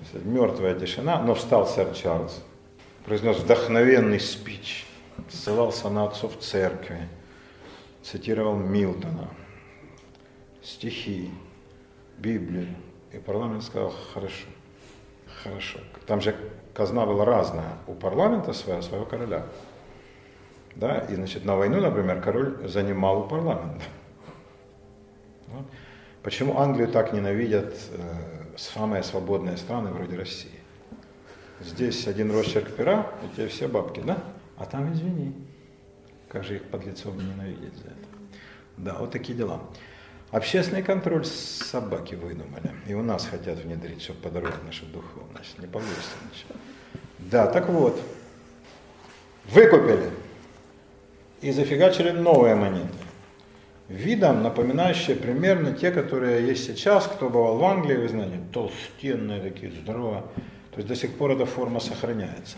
Мертвая тишина, но встал сэр Чарльз, произнес вдохновенный спич, ссылался на отцов церкви, цитировал Милтона, стихи, Библию. И парламент сказал: хорошо, хорошо. Там же казна была разная. У парламента своя, своего короля. Да? И, значит, на войну, например, король занимал у парламента. Вот. Почему Англию так ненавидят э, самые свободные страны вроде России? Здесь один росчерк пера, и тебе все бабки, да? А там, извини, как же их подлецов ненавидеть за это. Да, вот такие дела. Общественный контроль собаки выдумали. И у нас хотят внедрить, чтобы подорвать нашу духовность. Не получится ничего. Да, так вот. Выкупили. И зафигачили новые монеты. Видом напоминающие примерно те, которые есть сейчас. Кто бывал в Англии, вы знаете, толстенные такие, здоровые. То есть до сих пор эта форма сохраняется.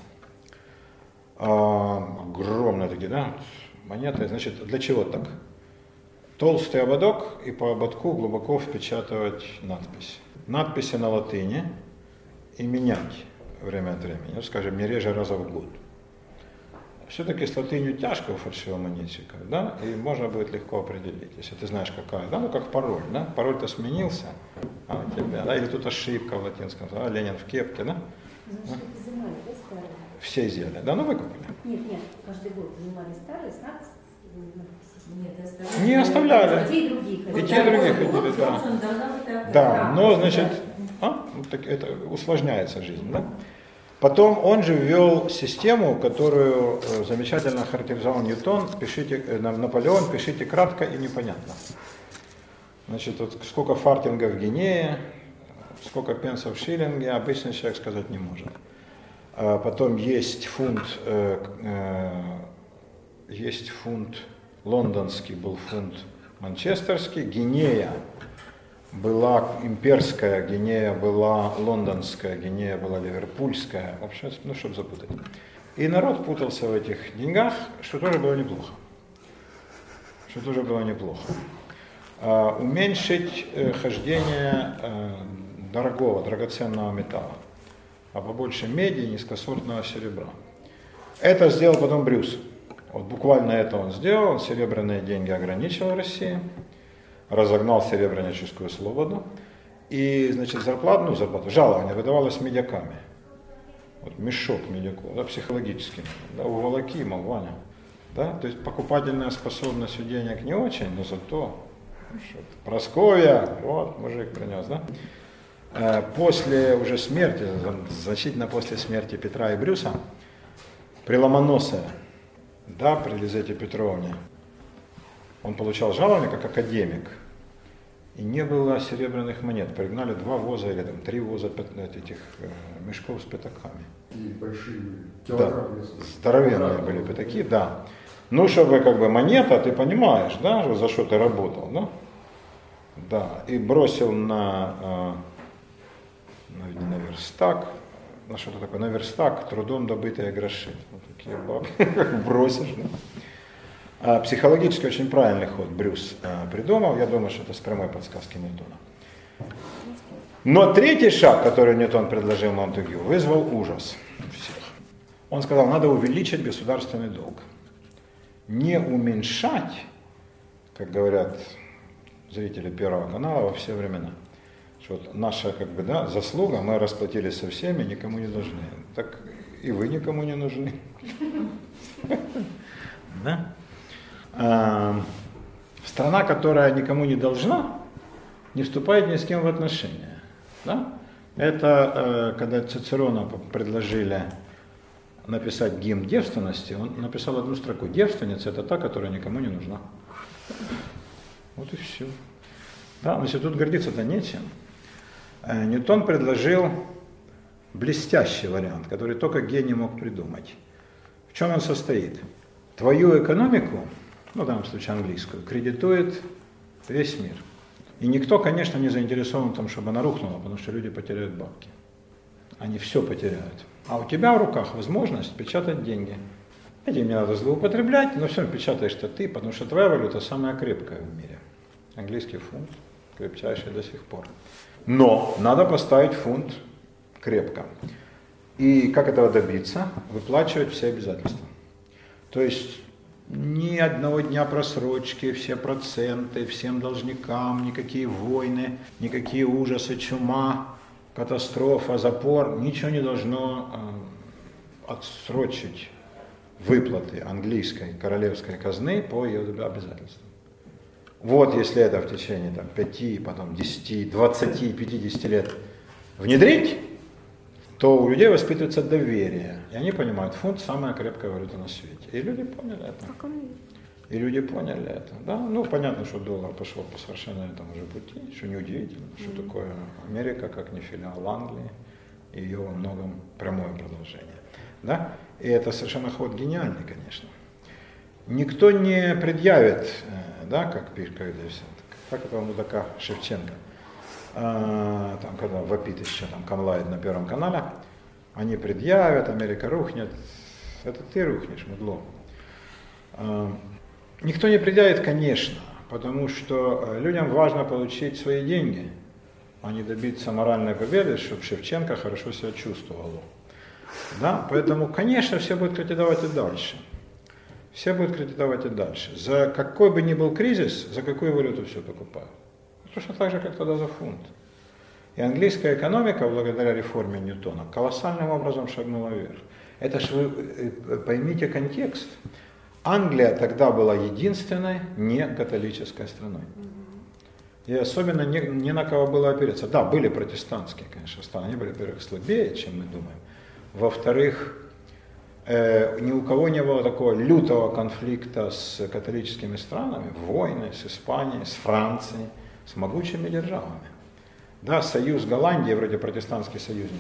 А, огромные такие, да, монеты. Значит, для чего так? Толстый ободок, и по ободку глубоко впечатывать надпись. Надписи на латыни и менять время от времени. Ну, скажем, не реже раза в год. Все-таки с латынью тяжко у фальшивомонетчиков, да, и можно будет легко определить, если ты знаешь, какая, да, ну как пароль, да, пароль-то сменился, а у тебя, да, или тут ошибка в латинском, да, Ленин в кепке, да. Значит, изымали, да, старые? Все изъяли, да, ну выкупили. Нет, нет, каждый год изымали старые с надписью. Нет, оставляли. Не оставляли. И те, и другие. И те, и другие ходили, да. Да, но, значит, а, так это усложняется жизнь, да. Потом он же ввел систему, которую замечательно характеризовал Ньютон, пишите, Наполеон, пишите кратко и непонятно. Значит, вот сколько фартингов в гинее, сколько пенсов в шиллинге, обычный человек сказать не может. А потом есть фунт, э, э, есть фунт лондонский, был фунт манчестерский, гинея была имперская, гинея была лондонская, гинея была ливерпульская, в общем, ну, чтобы запутать. И народ путался в этих деньгах, что тоже было неплохо. Что тоже было неплохо. А, уменьшить э, хождение э, дорогого, драгоценного металла, а побольше меди и низкосортного серебра. Это сделал потом Брюс. Вот буквально это он сделал, он серебряные деньги ограничил в России, разогнал серебряническую свободу, и, значит, зарплату, ну, зарплату, жалование выдавалось медяками. Вот мешок медяков, да, психологически, да, уволоки, мол, Ваня, да, то есть покупательная способность у денег не очень, но зато, Прасковья, вот, мужик принес, да. После уже смерти, значительно после смерти Петра и Брюса, при Ломоносове, да, при Лизавете Петровне, он получал жалование как академик, и не было серебряных монет. Пригнали два воза или там, три воза этих э, мешков с пятаками. И большие да, здоровенные были пятаки, да. Ну, чтобы как бы монета, ты понимаешь, да, за что ты работал, да? Да, и бросил на, э, на, на верстак, на что-то такое, на верстак трудом добытые гроши. Вот такие бабки, бросишь, да? А психологически очень правильный ход Брюс а, придумал, я думаю, что это с прямой подсказки Ньютона. Но третий шаг, который Ньютон предложил Монтегю, вызвал ужас всех. Он сказал, надо увеличить государственный долг. Не уменьшать, как говорят зрители Первого канала во все времена. Что вот наша как бы, да, заслуга, мы расплатились со всеми, никому не должны. Так и вы никому не нужны. Да? Страна, которая никому не должна, не вступает ни с кем в отношения. Да? Это когда Цицерону предложили написать гимн девственности, он написал одну строку. Девственница – это та, которая никому не нужна. Вот и все. Да, значит, тут гордиться-то нечем. Ньютон предложил блестящий вариант, который только гений мог придумать. В чем он состоит? Твою экономику, ну в данном случае английскую, кредитует весь мир. И никто, конечно, не заинтересован в том, чтобы она рухнула, потому что люди потеряют бабки. Они все потеряют. А у тебя в руках возможность печатать деньги. Этим не надо злоупотреблять, но все печатаешь-то ты, потому что твоя валюта самая крепкая в мире. Английский фунт, крепчайший до сих пор. Но надо поставить фунт крепко. И как этого добиться? Выплачивать все обязательства. То есть ни одного дня просрочки, все проценты, всем должникам, никакие войны, никакие ужасы, чума, катастрофа, запор, ничего не должно э, отсрочить выплаты английской королевской казны по ее обязательствам. Вот если это в течение там, пяти, потом десяти, двадцати, пятидесяти лет внедрить, то у людей воспитывается доверие. И они понимают, фунт самая крепкая валюта на свете. И люди поняли это. И люди поняли это. Да? Ну, понятно, что доллар пошел по совершенно этому же пути, что неудивительно, что mm-hmm. такое Америка, как не филиал Англии, и ее во многом прямое продолжение. Да? И это совершенно ход гениальный, конечно. Никто не предъявит, да, как пишет, как этого мудака Шевченко, а, там, когда вопит еще, там, камлает на Первом канале, они предъявят, Америка рухнет, это ты рухнешь, мудло. А, никто не предъявит, конечно, потому что людям важно получить свои деньги, а не добиться моральной победы, чтобы Шевченко хорошо себя чувствовал. Да? Поэтому, конечно, все будут кредитовать и дальше. Все будут кредитовать и дальше. За какой бы ни был кризис, за какую валюту все покупают? Точно так же, как тогда за фунт. И английская экономика, благодаря реформе Ньютона, колоссальным образом шагнула вверх. Это ж вы поймите контекст. Англия тогда была единственной не католической страной. И особенно не, не на кого было опереться. Да, были протестантские, конечно, страны, они были, во-первых, слабее, чем мы думаем. Во-вторых, э, ни у кого не было такого лютого конфликта с католическими странами, войны с Испанией, с Францией, с могучими державами. Да, союз Голландии, вроде протестантский союзник,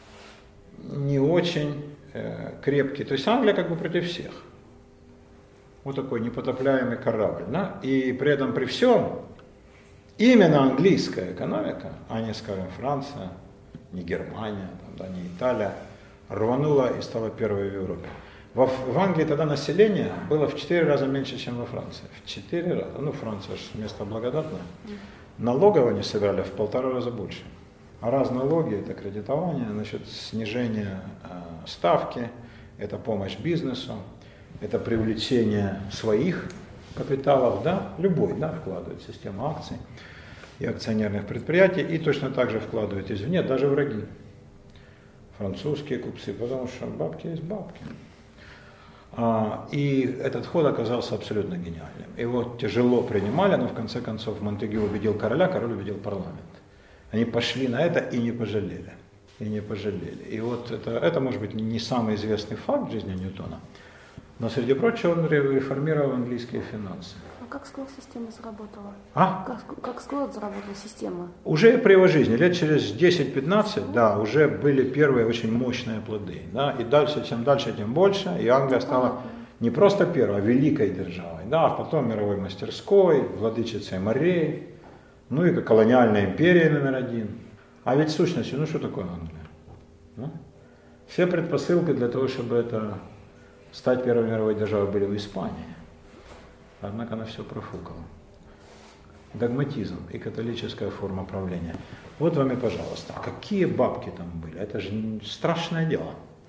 не очень э, крепкий. То есть Англия как бы против всех. Вот такой непотопляемый корабль. Да? И при этом при всем именно английская экономика, а не, скажем, Франция, не Германия, там, да, не Италия, рванула и стала первой в Европе. В, в Англии тогда население было в четыре раза меньше, чем во Франции. В четыре раза. Ну, Франция же место благодатное. Налогов они собирали в полтора раза больше. А раз налоги, это кредитование, значит, снижение э, ставки, это помощь бизнесу, это привлечение своих капиталов, да, любой, да, вкладывает в систему акций и акционерных предприятий, и точно так же вкладывает извне, даже враги. Французские купцы, потому что бабки есть бабки. А, и этот ход оказался абсолютно гениальным. Его тяжело принимали, но в конце концов Монтегю убедил короля, король убедил парламент. Они пошли на это и не пожалели. И не пожалели. И вот это, это может быть не самый известный факт в жизни Ньютона, но, среди прочего, он реформировал английские финансы. А как скоро система заработала? А? Как, как скоро заработала система? Уже при его жизни, лет через десять-пятнадцать, да, уже были первые очень мощные плоды. Да, и дальше, чем дальше, тем больше. И Англия стала не просто первой, а великой державой. Да, а потом мировой мастерской, владычицей морей, ну и колониальной империей номер один. А ведь в сущности, ну что такое Англия? Да? Все предпосылки для того, чтобы это... стать первой мировой державой, были в Испании. Однако она все профукала. Догматизм и католическая форма правления. Вот вам и пожалуйста. Какие бабки там были? Это же страшное дело.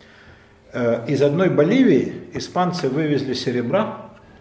Из одной Боливии испанцы вывезли серебра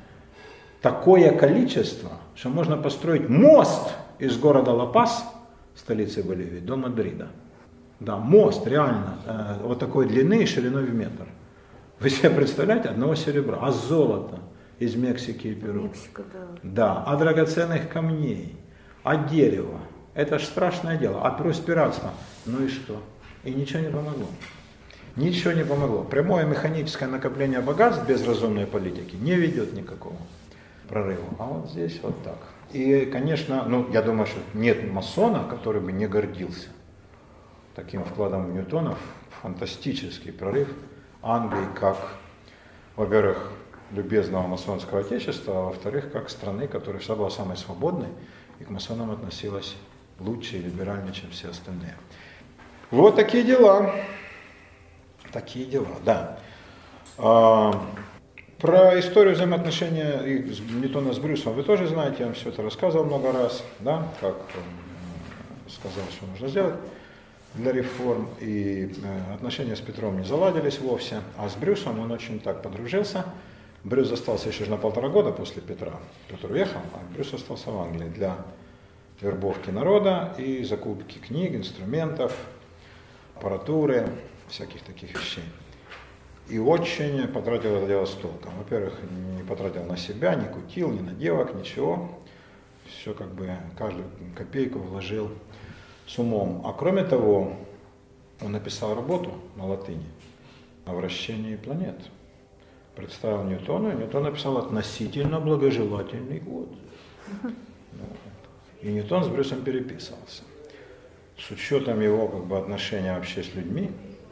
такое количество, что можно построить мост из города Ла-Пас, столицы Боливии, до Мадрида. Да, мост реально вот такой длины и шириной в метр. Вы себе представляете, одного серебра, а золото из Мексики и Перу. Мексика, да. Да, а драгоценных камней, а дерева. Это ж страшное дело. А пиратство. Ну и что? И ничего не помогло. Ничего не помогло. Прямое механическое накопление богатств без разумной политики не ведет никакого прорыва. А вот здесь вот так. И, конечно, ну, я думаю, что нет масона, который бы не гордился таким вкладом Ньютона в фантастический прорыв Англии как, во-первых, любезного масонского отечества, а во-вторых, как страны, которая всегда была самой свободной и к масонам относилась лучше и либеральнее, чем все остальные. Вот такие дела. Такие дела, да. А, про историю взаимоотношения Ньютона с Брюсом вы тоже знаете, я вам все это рассказывал много раз, да, как он сказал, что нужно сделать. для реформ, и отношения с Петром не заладились вовсе, а с Брюсом он очень так подружился. Брюс остался еще на полтора года после Петра. Петр уехал, а Брюс остался в Англии для вербовки народа и закупки книг, инструментов, аппаратуры, всяких таких вещей. И очень потратил это дело с толком. Во-первых, не потратил на себя, не кутил, ни на девок, ничего. Все как бы, каждую копейку вложил с умом. А кроме того, он написал работу на латыни о вращении планет. Представил Ньютону, и Ньютон написал относительно благожелательный отзыв. И Ньютон с Брюсом переписывался. С учетом его как бы отношения вообще с людьми,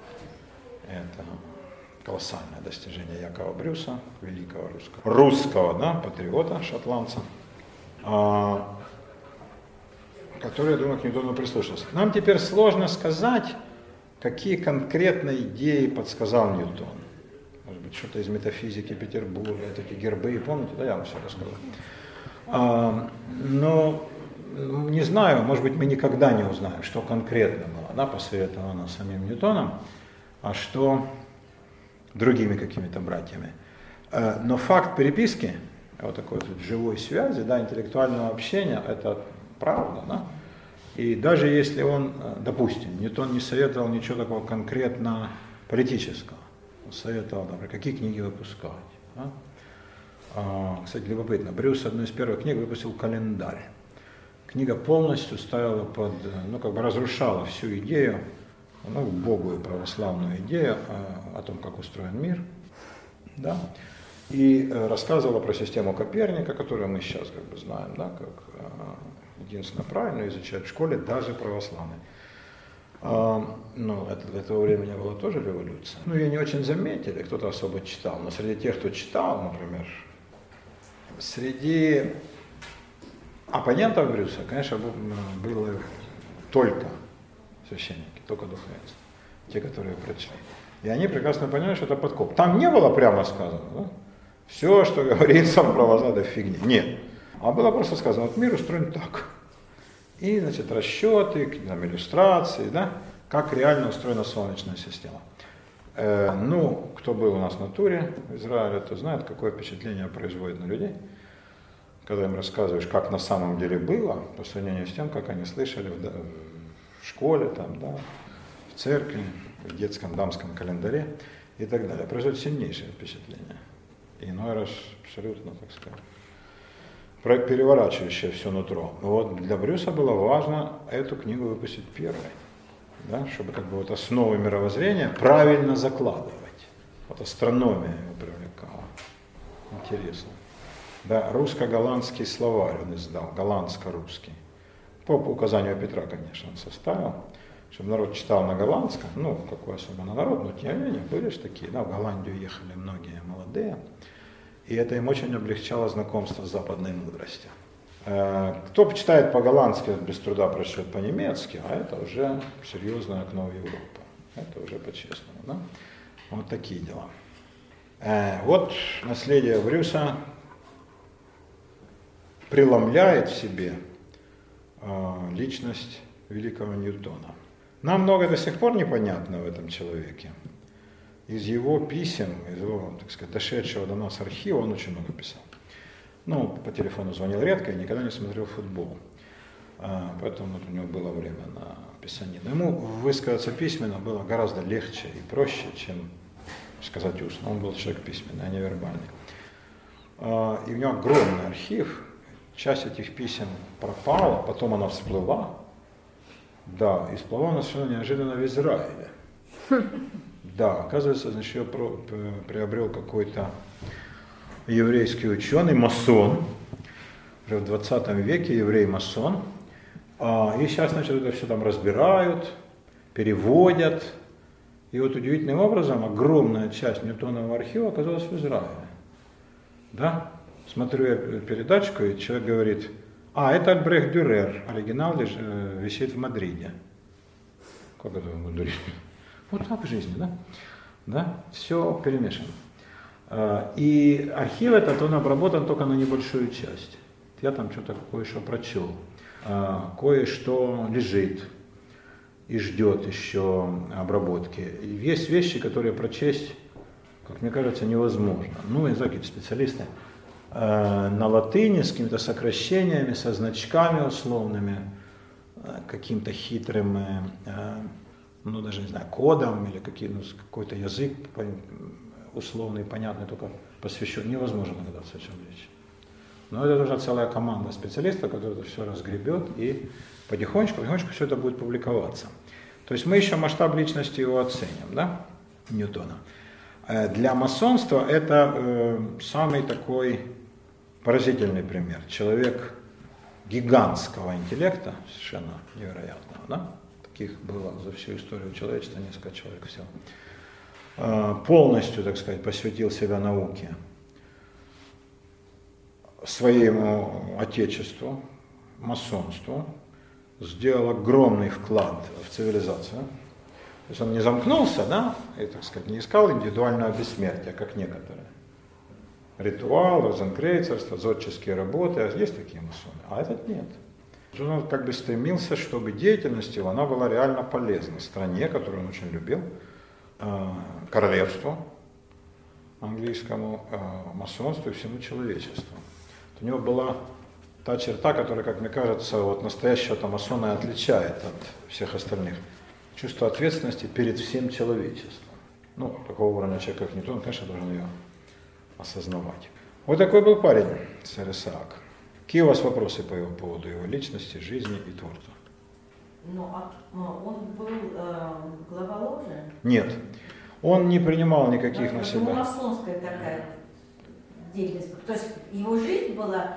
это колоссальное достижение Якова Брюса, великого русского, русского да, патриота, шотландца, а, который, я думаю, к Ньютону прислушался. Нам теперь сложно сказать, какие конкретные идеи подсказал Ньютон. Может быть, что-то из метафизики Петербурга, эти гербы, помните, да, я вам все рассказал. А, но не знаю, может быть, мы никогда не узнаем, что конкретно было, да, посоветовано самим Ньютоном, а что другими какими-то братьями. Но факт переписки, вот такой вот живой связи, да, интеллектуального общения, это правда, да? И даже если он, допустим, Ньютон не советовал ничего такого конкретно политического, он советовал, например, какие книги выпускать. Да? А, кстати, любопытно, Брюс одну из первых книг выпустил календарь. Книга полностью ставила под, ну, как бы разрушала всю идею, ну, богу и православную идею о, о том, как устроен мир, да, и э, рассказывала про систему Коперника, которую мы сейчас как бы знаем, да, как э, единственно правильно изучать в школе, даже православной. А, ну, это для того времени была тоже революция. Ну, ее не очень заметили, кто-то особо читал, но среди тех, кто читал, например, среди оппонентов Брюса, конечно, было только священники, только духовенство, те, которые прочли. И они прекрасно поняли, что это подкоп. Там не было прямо сказано, да? Все, что говорится в православии, фигня. Нет. А было просто сказано, вот мир устроен так. И, значит, расчеты, там, иллюстрации, да, как реально устроена Солнечная система. Э, ну, кто был у нас на туре в Израиле, то знает, какое впечатление производит на людей, когда им рассказываешь, как на самом деле было, по сравнению с тем, как они слышали в, в школе, там, да, в церкви, в детском дамском календаре и так далее. Производит сильнейшее впечатление. И иной раз абсолютно, так сказать, переворачивающее все нутро. Вот для Брюса было важно эту книгу выпустить первой, да, чтобы как бы вот основы мировоззрения правильно закладывать. Вот астрономия его привлекала. Интересно. Да, русско-голландский словарь он издал, голландско-русский. По указанию Петра, конечно, он составил, чтобы народ читал на голландском, ну, какой особенно народ, но тем не менее, были же такие, да, в Голландию ехали многие молодые, и это им очень облегчало знакомство с западной мудростью. Кто читает по-голландски, без труда прочтет по-немецки, а это уже серьезное окно в Европу, это уже по-честному, да? Вот такие дела. Вот наследие Брюса преломляет в себе личность великого Ньютона. Нам многое до сих пор непонятно в этом человеке. Из его писем, из его, так сказать, дошедшего до нас архива, он очень много писал. Ну, по телефону звонил редко и никогда не смотрел футбол. Поэтому вот у него было время на писанину. Ему высказаться письменно было гораздо легче и проще, чем сказать устно. Он был человек письменный, а не вербальный. И у него огромный архив. Часть этих писем пропала, потом она всплыла. Да, и всплыла она совершенно неожиданно в Израиле. Да, оказывается, значит, ее приобрел какой-то еврейский ученый, масон, уже в двадцатом веке еврей-масон. И сейчас, значит, это все там разбирают, переводят. И вот удивительным образом огромная часть Ньютонового архива оказалась в Израиле. Да? Смотрю я передачку, и человек говорит, а, это Альбрехт Дюрер, оригинал лишь, э, висит в Мадриде. Как это в Мадриде? Вот так в жизни, да? Да? Все перемешано. И архив этот, он обработан только на небольшую часть. Я там что-то кое-что прочел. Кое-что лежит. и ждет еще обработки. И есть вещи, которые прочесть, как мне кажется, невозможно. Ну, я знаю, какие-то специалисты э, на латыни с какими-то сокращениями, со значками условными, э, каким-то хитрым, э, ну, даже, не знаю, кодом или какие, ну, какой-то язык условный, понятный, только посвящен. Невозможно догадаться, о чем речь. Но это нужна целая команда специалистов, которая это все разгребет, и потихонечку, потихонечку все это будет публиковаться. То есть мы еще масштаб личности его оценим, да, Ньютона. Для масонства это э, самый такой поразительный пример. Человек гигантского интеллекта, совершенно невероятного, да? Таких было за всю историю человечества несколько человек всего. Э, полностью, так сказать, посвятил себя науке, своему отечеству, масонству, сделал огромный вклад в цивилизацию. То есть он не замкнулся, да, и, так сказать, не искал индивидуального бессмертия, как некоторые. Ритуал, розенкрейцерство, зодческие работы, а есть такие масоны, а этот нет. Он как бы стремился, чтобы деятельность его, она была реально полезна стране, которую он очень любил, королевству английскому, масонству и всему человечеству. У него была та черта, которая, как мне кажется, вот настоящего масона и отличает от всех остальных. Чувство ответственности перед всем человечеством. Ну, такого уровня человека, как Ньютон, конечно, должен ее осознавать. Вот такой был парень, сэр Исаак. Какие у вас вопросы по его поводу, его личности, жизни и творчества? Ну, а он был э, глава ложи? Нет. Он не принимал никаких ну, на себя. Масонская такая деятельность. То есть его жизнь была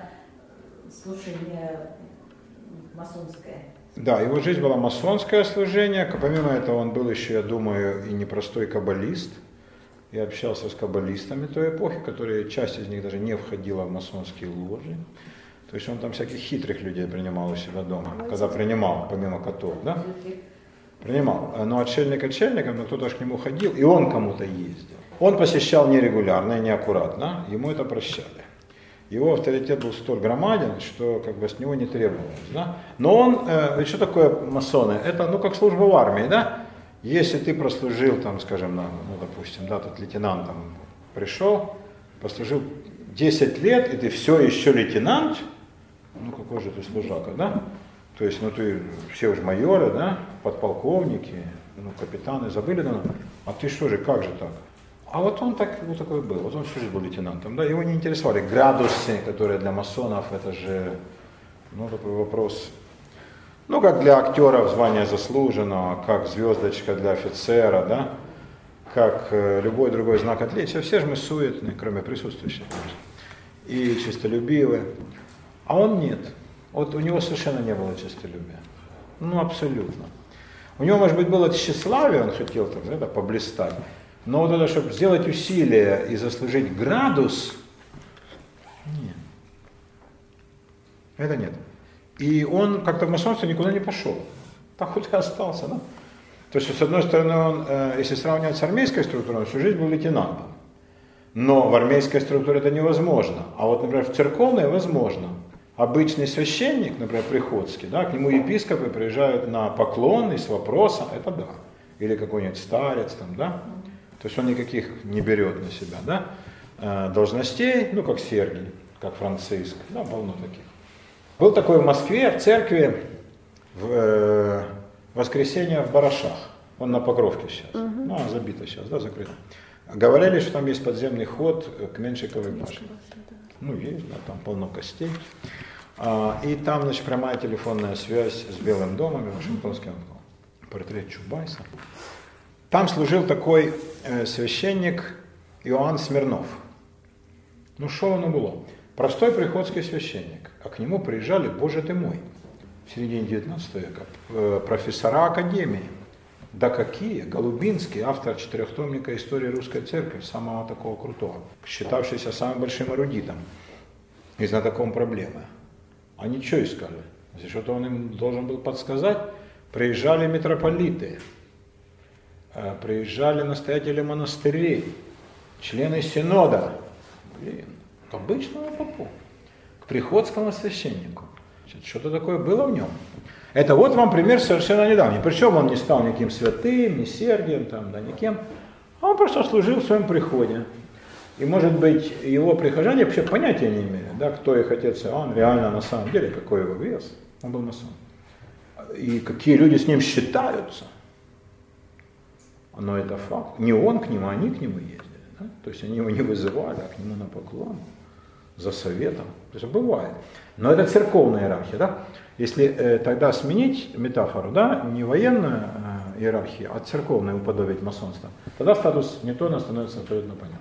служение масонское? Да, его жизнь была масонское служение. Помимо этого он был еще, я думаю, и непростой каббалист. Я общался с каббалистами той эпохи, которые, часть из них даже не входила в масонские ложи. То есть он там всяких хитрых людей принимал у себя дома, когда принимал, помимо котов, да? Принимал. Но отшельник отшельником, но кто-то ж к нему ходил, и он кому-то ездил. Он посещал нерегулярно и неаккуратно, ему это прощали. Его авторитет был столь громаден, что как бы с него не требовалось. Да? Но он, э, что такое масоны? Это ну как служба в армии, да? Если ты прослужил, там, скажем, на, ну, допустим, да, тут лейтенантом пришел, послужил десять лет, и ты все еще лейтенант, ну какой же ты служака, да? То есть, ну ты, все уже майоры, да, подполковники, ну капитаны, забыли, да? А ты что же, как же так? А вот он так, вот такой был, вот он всю жизнь был лейтенантом, да, его не интересовали градусы, которые для масонов, это же, ну, такой вопрос, ну, как для актеров звание заслуженного, как звездочка для офицера, да, как э, любой другой знак отличия, все же мы суетны, кроме присутствующих, конечно, и честолюбивы, а он нет, вот у него совершенно не было честолюбия, ну, абсолютно. У него, может быть, было тщеславие, он хотел, так сказать, поблистать. Но вот это, чтобы сделать усилие и заслужить градус, нет. Это нет. И он как-то в масонстве никуда не пошел. Так хоть и остался, да? То есть, с одной стороны, он, если сравнивать с армейской структурой, он всю жизнь был лейтенантом. Но в армейской структуре это невозможно. А вот, например, в церковной возможно. Обычный священник, например, приходский, да, к нему епископы приезжают на поклон и с вопросом, это да. Или какой-нибудь старец там, да. То есть он никаких не берет на себя, да, должностей, ну, как Сергий, как Франциск, да, полно таких. Был такой в Москве, в церкви, в э, воскресенье в Барашах, он на Покровке сейчас, uh-huh. ну, забито сейчас, да, закрыто. Говорили, что там есть подземный ход к Меньшиковой башне. Ну, есть, да, там полно костей. А, и там, значит, прямая телефонная связь с Белым домом и Вашингтонским окном. Портрет Чубайса. Там служил такой э, священник Иоанн Смирнов. Ну, что оно было? Простой приходский священник. А к нему приезжали, боже ты мой, в середине девятнадцатого века, э, профессора академии. Да какие? Голубинский, автор четырехтомника истории русской церкви, самого такого крутого, считавшийся самым большим эрудитом и знатоком проблемы. Они что искали? Если что-то он им должен был подсказать, приезжали митрополиты, приезжали настоятели монастырей, члены синода, блин, к обычному попу, к приходскому священнику. Что-то такое было в нем. Это вот вам пример совершенно недавний. Причем он не стал никаким святым, ни Сергием, там, да, никем. Он просто служил в своем приходе. И, может быть, его прихожане вообще понятия не имели, да, кто их отец Иоанн, реально на самом деле, какой его вес. Он был масон. И какие люди с ним считаются. Но это факт. Не он к нему, они к нему ездили. Да? То есть они его не вызывали, а к нему на поклон, за советом. То есть бывает. Но это церковная иерархия. Да? Если э, тогда сменить метафору, да, не военную э, иерархию, а церковную уподобить масонство, тогда статус Ньютона становится абсолютно понятным.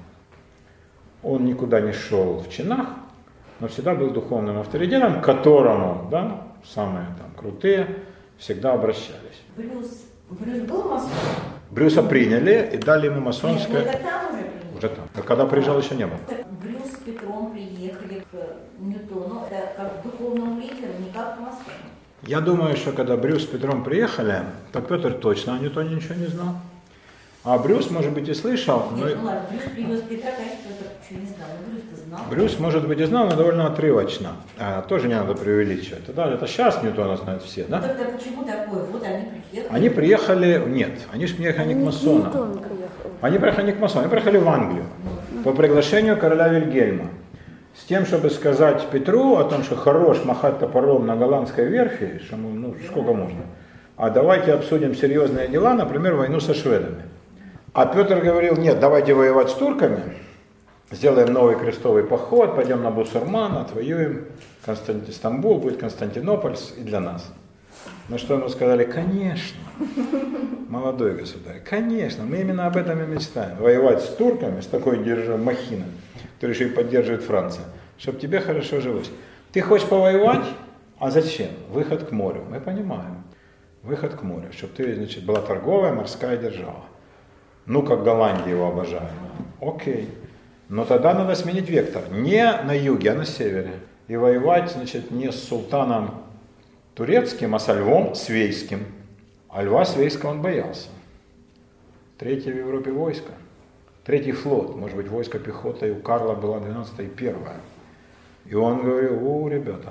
Он никуда не шел в чинах, но всегда был духовным авторитетом, к которому, да, самые там крутые всегда обращались. Брюс, Брюс был масоном? Брюса приняли и дали ему масонское. Нет, ну это там уже приняли. Уже там. А когда приезжал, еще не было. Брюс с Петром приехали к Ньютону, это как к духовному лидеру, не как к масону. Я думаю, что когда Брюс с Петром приехали, то Петр точно о Ньютоне ничего не знал. А Брюс, может быть, и слышал, но... Нет, ну ладно, Брюс привез Петра, конечно, Петр ничего не знал, но Брюс-то знал. Брюс, может быть, и знал, но довольно отрывочно. А, тоже не надо преувеличивать. Да, это сейчас Ньютона знают все, да? Ну, тогда почему такое? Вот они приехали. Они приехали, нет, они же приехали не к масонам. Ньютон приехал. Они приехали не к масонам, они приехали в Англию по приглашению короля Вильгельма. С тем, чтобы сказать Петру о том, что хорош махать топором на голландской верфи, что, ну, сколько можно. А давайте обсудим серьезные дела, например, войну со шведами. А Петр говорил, нет, давайте воевать с турками, сделаем новый крестовый поход, пойдем на Бусурман, отвоюем Константи... Стамбул, будет Константинополь и для нас. На что ему сказали, конечно, молодой государь, конечно, мы именно об этом и мечтаем. Воевать с турками, с такой державой махиной, который еще и поддерживает Франция, чтобы тебе хорошо жилось. Ты хочешь повоевать? А зачем? Выход к морю. Мы понимаем. Выход к морю, чтобы ты, значит, была торговая морская держава. Ну, как Голландия его обожает. Окей. Но тогда надо сменить вектор. Не на юге, а на севере. И воевать, значит, не с султаном турецким, а со львом свейским. А льва свейского он боялся. Третье в Европе войско. Третий флот. Может быть, войско пехоты у Карла было двенадцатое и первое. И он говорил, о, ребята,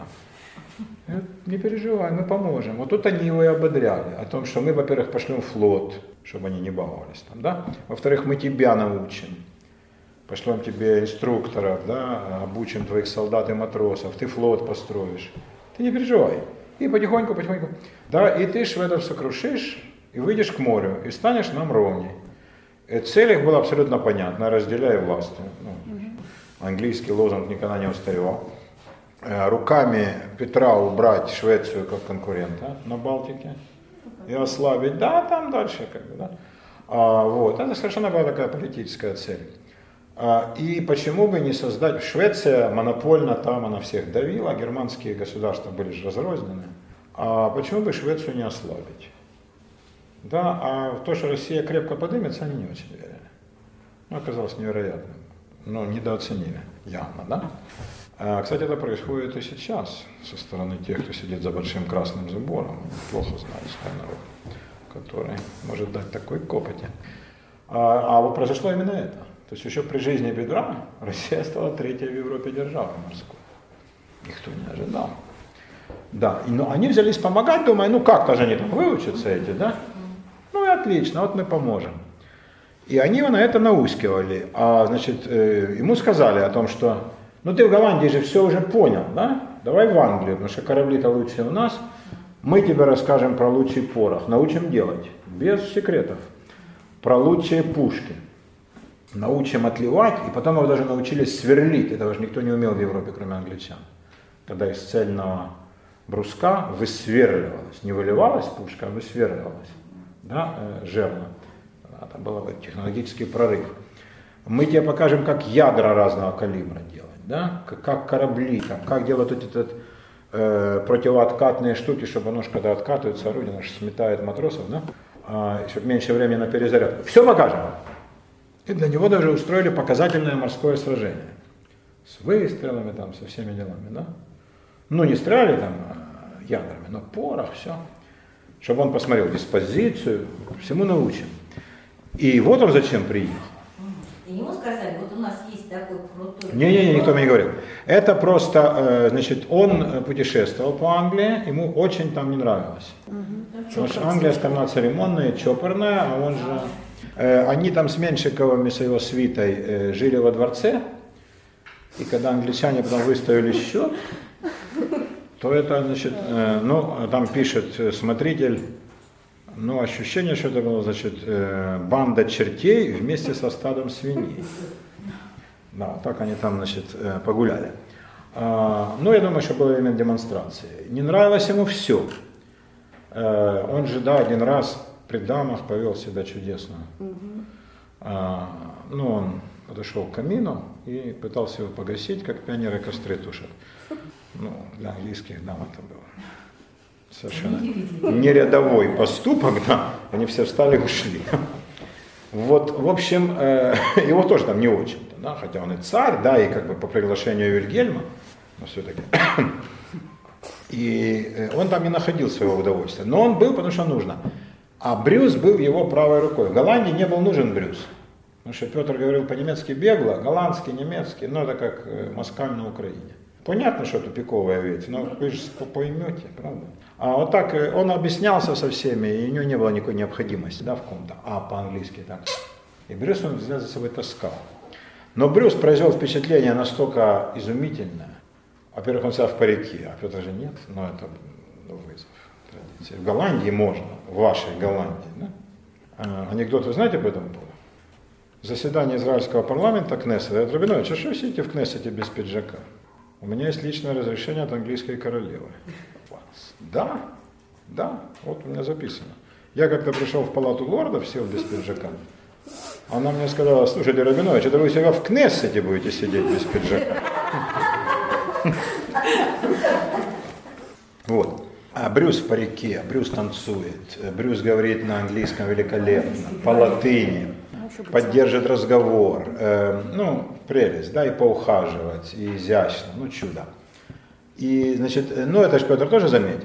не переживай, мы поможем. Вот тут они его и ободряли. О том, что мы, во-первых, пошлем флот, чтобы они не баловались там, да? Во-вторых, мы тебя научим. Пошлем тебе инструкторов, да, обучим твоих солдат и матросов, ты флот построишь. Ты не переживай. И потихоньку, потихоньку. Да, и ты шведов сокрушишь, и выйдешь к морю, и станешь нам ровней. И цель их была абсолютно понятна, разделяй власть. Ну, английский лозунг никогда не устаревал. Руками Петра убрать Швецию как конкурента на Балтике и ослабить, да, там дальше как бы, да. А, вот, это совершенно была такая политическая цель. А, и почему бы не создать, Швеция монопольно там она всех давила, германские государства были же разрознены, а почему бы Швецию не ослабить? Да, а в то, что Россия крепко поднимется, они не очень верили. Ну, оказалось невероятным, но недооценили явно, да. Кстати, это происходит и сейчас со стороны тех, кто сидит за большим красным забором, плохо знает свой народ, который может дать такой копоти. А, а вот произошло именно это. То есть еще при жизни Петра Россия стала третьей в Европе державой морской. Никто не ожидал. Да, но они взялись помогать, думая, ну как-то же они там выучатся эти, да? Ну и отлично, вот мы поможем. И они его на это наускивали. А, значит, ему сказали о том, что ну ты в Голландии же все уже понял, да? Давай в Англию, потому что корабли-то лучшие у нас. Мы тебе расскажем про лучший порох, научим делать, без секретов. Про лучшие пушки. Научим отливать, и потом его даже научились сверлить. Этого же никто не умел в Европе, кроме англичан. Когда из цельного бруска высверливалась. Не выливалась пушка, а высверливалась. Да, жерло. Это был технологический прорыв. Мы тебе покажем, как ядра разного калибра делать. Да? Как корабли, там, как делать эти этот, э, противооткатные штуки, чтобы оно, когда откатывается орудие, оно сметает матросов, да? а, чтобы меньше времени на перезарядку. Все покажем. И для него даже устроили показательное морское сражение. С выстрелами, там, со всеми делами. Да? Ну, не стреляли там ядрами, но порох, все. Чтобы он посмотрел диспозицию, всему научим. И вот он зачем приехал. И И ему сказали, вот у нас есть такой крутой... Не-не-не, никто мне не говорил. Это просто, э, значит, он путешествовал по Англии, ему очень там не нравилось. Угу. Потому что Англия страна церемонная, чопорная, а он же... Э, они там с Меньшиковыми, с его свитой, э, жили во дворце, и когда англичане потом выставили счет, то это, значит, э, ну, там пишет смотритель, ну, ощущение, что это было, значит, э, банда чертей вместе со стадом свиней. Да, вот так они там, значит, э, погуляли. А, ну, я думаю, что было именно демонстрации. Не нравилось ему все. Э, он же, да, один раз при дамах повел себя чудесно. А, ну, он подошел к камину и пытался его погасить, как пионеры костры тушат. Ну, для английских дам это было совершенно не рядовой поступок, да. Они все встали и ушли. Вот, в общем, э, его тоже там не очень-то, да, хотя он и царь, да, и как бы по приглашению Вильгельма, но все-таки. И он там не находил своего удовольствия, но он был, потому что нужно. А Брюс был его правой рукой. В Голландии не был нужен Брюс. Потому что Петр говорил по-немецки бегло, голландский, немецкий, ну это как москаль на Украине. Понятно, что тупиковая ведь, но вы же поймете, правда? А вот так он объяснялся со всеми, и у него не было никакой необходимости, да, в ком-то, а по-английски так. И Брюс он за собой таскал. Но Брюс произвел впечатление настолько изумительное. Во-первых, он себя в парике, а Петр же нет, но это вызов традиции. В Голландии можно, в вашей Голландии, да? А, анекдот вы знаете по этому поводу? Заседание израильского парламента Кнессета. Я говорю, Рабинович, а что вы сидите в Кнессете без пиджака? У меня есть личное разрешение от английской королевы. Да, да, вот у меня записано. Я как-то пришел в палату лордов, сел без пиджака. Она мне сказала, слушайте, Рабинович, это вы себя в Кнессете будете сидеть без пиджака. Вот. А Брюс в парике, Брюс танцует, Брюс говорит на английском великолепно, по латыни, поддержит разговор, э, ну, прелесть, да, и поухаживать, и изящно, ну, чудо. И, значит, ну, это же Петр тоже заметил.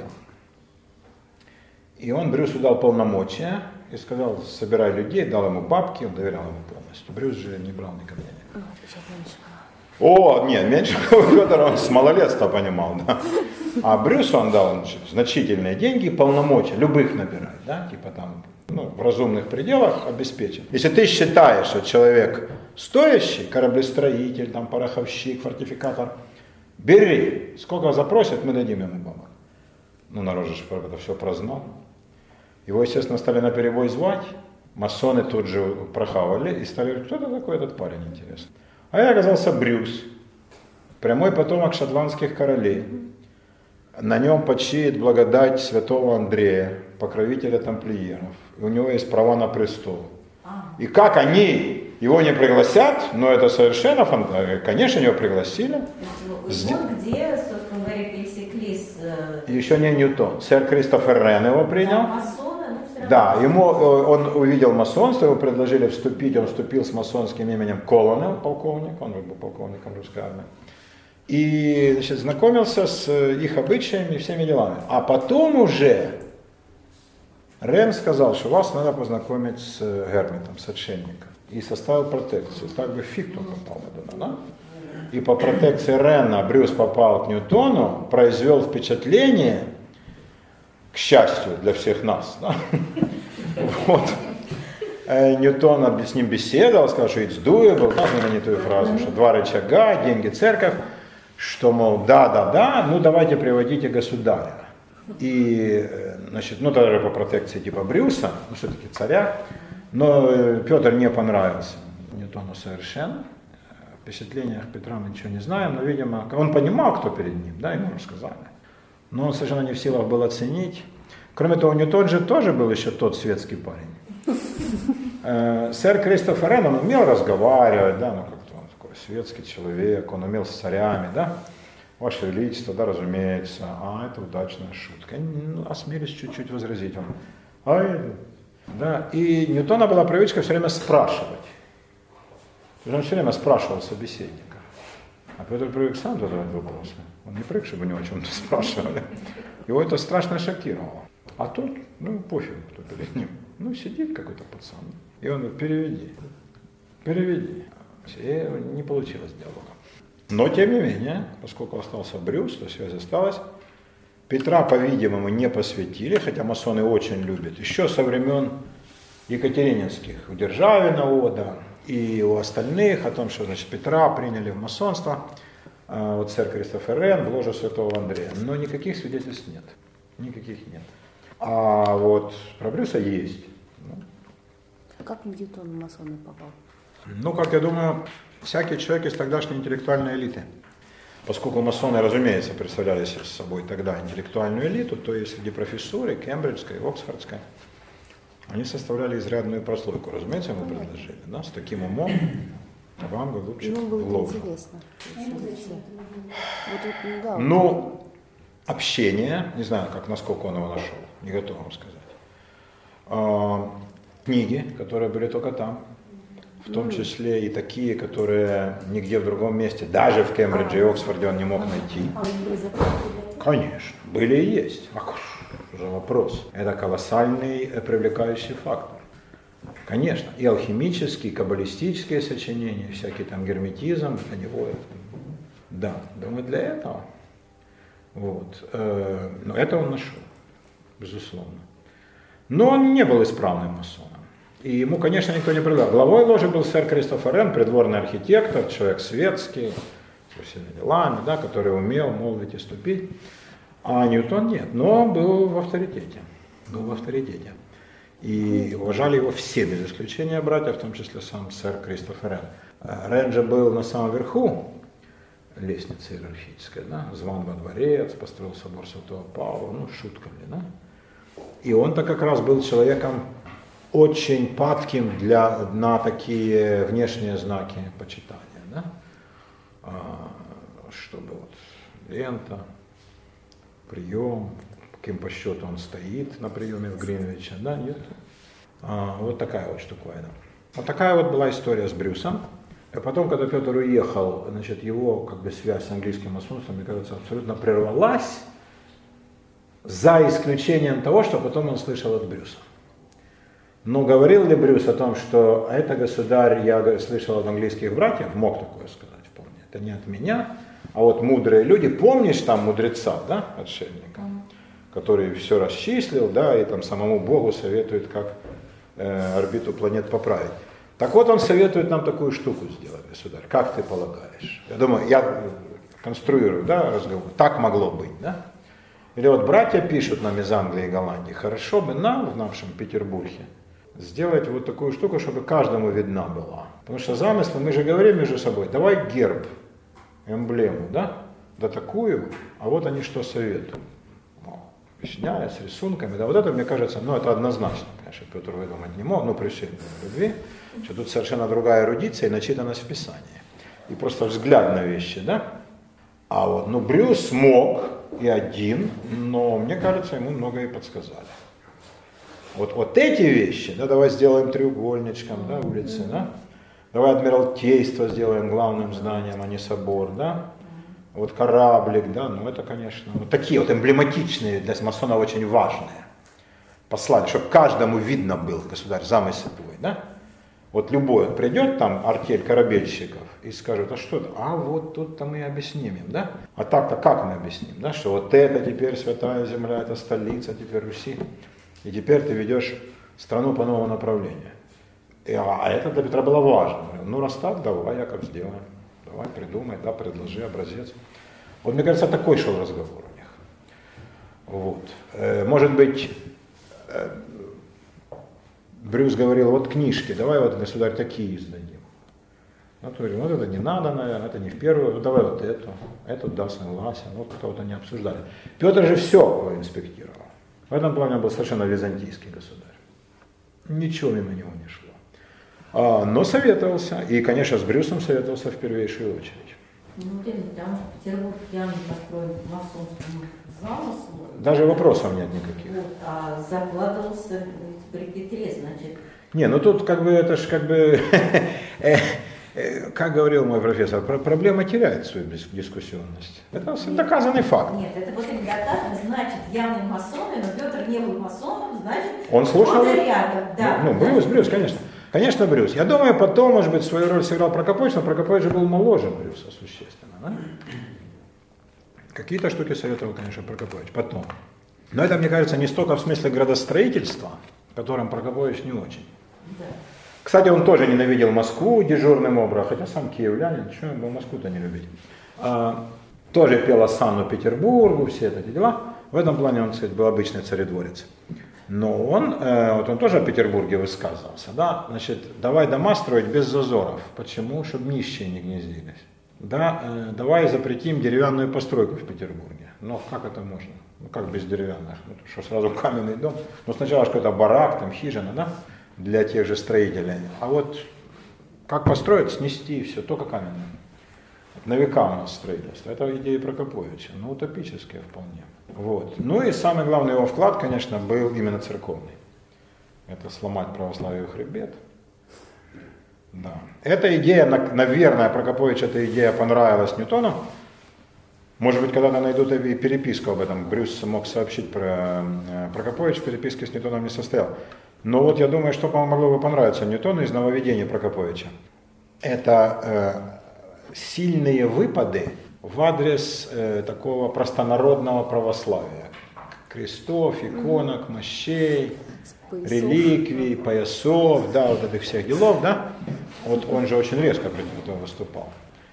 И он Брюсу дал полномочия и сказал, собирай людей, дал ему бабки, он доверял ему полностью. Брюс же не брал никогда никого. О, нет, Меньшикова Федора он с малолетства понимал, да. А Брюсу он дал, значит, значительные деньги и полномочия, любых набирать, да, типа там, ну, в разумных пределах обеспечен. Если ты считаешь, что человек стоящий, кораблестроитель, там, пороховщик, фортификатор, бери, сколько запросят, мы дадим ему бабок. Ну, народ же это все прознал. Его, естественно, стали на перебой звать, масоны тут же прохавали и стали говорить, кто это такой этот парень, интересно. А я оказался Брюс, прямой потомок шотландских королей. На нем почиет благодать святого Андрея, покровителя тамплиеров. И у него есть права на престол. И как они его не пригласят, но это совершенно фантастика. Конечно, его пригласили. Вот где, собственно говоря, пересеклись... Еще не Ньютон. Сэр Кристофер Рен его принял. Да, масоны, ну, все равно. Да, ему, он увидел масонство, его предложили вступить, он вступил с масонским именем Колонел, полковник, он был полковником русской армии. И, значит, знакомился с их обычаями и всеми делами. А потом уже Рен сказал, что вас надо познакомить с Герметом, с отшельником. И составил протекцию. Так бы фиг кто попал туда, да? И по протекции Рена Брюс попал к Ньютону, произвел впечатление, к счастью для всех нас, да? Вот. Ньютон с ним беседовал, сказал, что it's doable, знаменитую фразу, что два рычага, деньги, церковь, что, мол, да-да-да, ну давайте приводите государя. И, значит, ну тогда по протекции типа Брюса, ну все-таки царя, но Петр не понравился Ньютону совершенно. В впечатлениях Петра мы ничего не знаем, но, видимо, он понимал, кто перед ним, да, ему рассказали. Но он совершенно не в силах был оценить. Кроме того, Ньютон же тоже был еще тот светский парень. Сэр Кристофер Рен, он умел разговаривать, да, ну как-то он такой светский человек, он умел с царями, да. Ваше Величество, да, разумеется, а это удачная шутка. Ну, осмелюсь чуть-чуть возразить вам. А это, да, и Ньютона была привычка все время спрашивать. Он все время спрашивал собеседника. А Петр привык сам задавать вопросы. Он не привык, чтобы у него о чем-то спрашивали. Его это страшно шокировало. А тут, ну, пофиг, кто перед ним. Ну, сидит какой-то пацан. И он говорит, переведи, переведи. И не получилось диалога. Но, тем не менее, поскольку остался Брюс, то связь осталась. Петра, по-видимому, не посвятили, хотя масоны очень любят. Еще со времен екатерининских у Державина Ода и у остальных о том, что, значит, Петра приняли в масонство, вот сэр Кристофер Рен в ложу святого Андрея. Но никаких свидетельств нет. Никаких нет. А вот про Брюса есть. А как Ньютон в масоны попал? Ну, как я думаю, всякий человек из тогдашней интеллектуальной элиты. Поскольку масоны, разумеется, представляли собой тогда интеллектуальную элиту, то и среди профессуры, кембриджской, оксфордской, они составляли изрядную прослойку. Разумеется, ему предложили, да, с таким умом вам, голубчик, Ну, было в ложу. интересно. Вот, вот, да, Ну, общение, не знаю, как, насколько он его нашел, не готов вам сказать. А, книги, которые были только там, в том числе и такие, которые нигде в другом месте, даже в Кембридже и Оксфорде он не мог найти. А они были закрыты для этого? Конечно, были и есть. А уже вопрос. Это колоссальный привлекающий фактор. Конечно, и алхимические, и каббалистические сочинения, всякий там герметизм, для него это, да, думаю, для этого. Вот. Но это он нашел, безусловно. Но он не был исправным масоном. И ему, конечно, никто не предлагал. Главой ложи был сэр Кристофер Рен, придворный архитектор, человек светский, со всеми делами, да, который умел молвить и ступить. А Ньютон нет, но был в авторитете. Был в авторитете. И уважали его все, без исключения братья, в том числе сам сэр Кристофер Рен. Рен же был на самом верху лестницы иерархической, да, зван во дворец, построил собор Святого Павла, ну, шутка ли, да. И он-то как раз был человеком очень падким для, на такие внешние знаки почитания, да? А, чтобы вот лента, прием, каким по счету он стоит на приеме в Гринвиче, да, нет? А, вот такая вот штуковина. Вот такая вот была история с Брюсом. А потом, когда Петр уехал, значит, его как бы связь с английским масонством, мне кажется, абсолютно прервалась, за исключением того, что потом он слышал от Брюса. Но говорил ли Брюс о том, что это, государь, я слышал от английских братьев, мог такое сказать вполне, это не от меня, а вот мудрые люди, помнишь там мудреца, да, отшельника, который все расчислил, да, и там самому Богу советует, как э, орбиту планет поправить. Так вот он советует нам такую штуку сделать, государь, как ты полагаешь? Я думаю, я конструирую, да, разговор, так могло быть, да? Или вот братья пишут нам из Англии и Голландии, хорошо бы нам в нашем Петербурге сделать вот такую штуку, чтобы каждому видна была. Потому что замыслы, мы же говорим между собой, давай герб, эмблему, да, да такую, а вот они что советуют. Объясняя, с рисунками, да, вот это, мне кажется, ну это однозначно, конечно, Петр выдумать не мог, но при всей любви, что тут совершенно другая эрудиция и начитанность в Писании. И просто взгляд на вещи, да. А вот, ну, Брюс мог и один, но, мне кажется, ему многое подсказали. Вот, вот эти вещи, да, давай сделаем треугольничком, да, улицы, да, давай Адмиралтейство сделаем главным зданием, а не собор, да, вот кораблик, да, ну это, конечно, вот такие вот эмблематичные, для масонов очень важные послания, чтобы каждому видно был, государь, замысел твой, да. Вот любой вот придет там артель корабельщиков и скажет, а что это? А вот тут-то мы объясним им, да? А так-то как мы объясним, да? Что вот это теперь святая земля, это столица теперь Руси. И теперь ты ведешь страну по новому направлению. И, а это для Петра было важно. Ну раз так, давай, Яков, сделаем. Давай, придумай, да, предложи образец. Вот мне кажется, такой шел разговор у них. Вот. Может быть, Брюс говорил, вот книжки, давай вот, государь, такие издадим. Ну, то говорит, вот это не надо, наверное, это не в первую, вот давай вот эту, эту, да, согласен, вот это-то они обсуждали. Петр же все инспектировал. В этом плане он был совершенно византийский государь. Ничего мимо него не шло. А, но советовался, и, конечно, с Брюсом советовался в первейшую очередь. Ну, потому что Петербург явно построен масонским замыслом. Даже вопросов нет никаких. Вот, а закладывался при Петре, значит. Не, ну тут как бы это ж как бы, как говорил мой профессор, проблема теряет свою дискуссионность. Это доказанный факт. Нет, это вот не доказано, значит, явный масоны, но Петр не был масоном, значит, он слушал. он рядом, да. Ну, Брюс, Брюс, конечно. Конечно, Брюс. Я думаю, потом, может быть, свою роль сыграл Прокопович, но Прокопович же был моложе Брюса существенно. Да? Какие-то штуки советовал, конечно, Прокопович. Потом. Но это, мне кажется, не столько в смысле градостроительства, которым Прокопович не очень. Да. Кстати, он тоже ненавидел Москву дежурным образом, хотя сам киевлянин, чего бы Москву-то не любить. А, тоже пел осанну Петербургу, все эти дела. В этом плане он, кстати, был обычный царедворец. Но он, э, вот он тоже о Петербурге высказывался, да, значит, давай дома строить без зазоров. Почему? Чтобы нищие не гнездились. Да, э, давай запретим деревянную постройку в Петербурге. Но как это можно? Ну как без деревянных? Ну, что сразу каменный дом. Ну сначала какой-то барак, там хижина, да, для тех же строителей. А вот как построить, снести и все, только каменное. На века у нас строительство. Это идеи Прокоповича, но утопические вполне. Вот. Ну и самый главный его вклад, конечно, был именно церковный. Это сломать православию хребет. Да. Эта идея, наверное, Прокопович, эта идея понравилась Ньютону. Может быть, когда-то найдут и переписку об этом. Брюс мог сообщить про Прокопович, переписки с Ньютоном не состоял. Но вот я думаю, что могло бы понравиться Ньютону из нововведений Прокоповича. Это э, сильные выпады в адрес э, такого простонародного православия. Крестов, иконок, мощей, Поясов. реликвий, поясов, да, вот этих всех делов, да. Вот он же очень резко против этого выступал.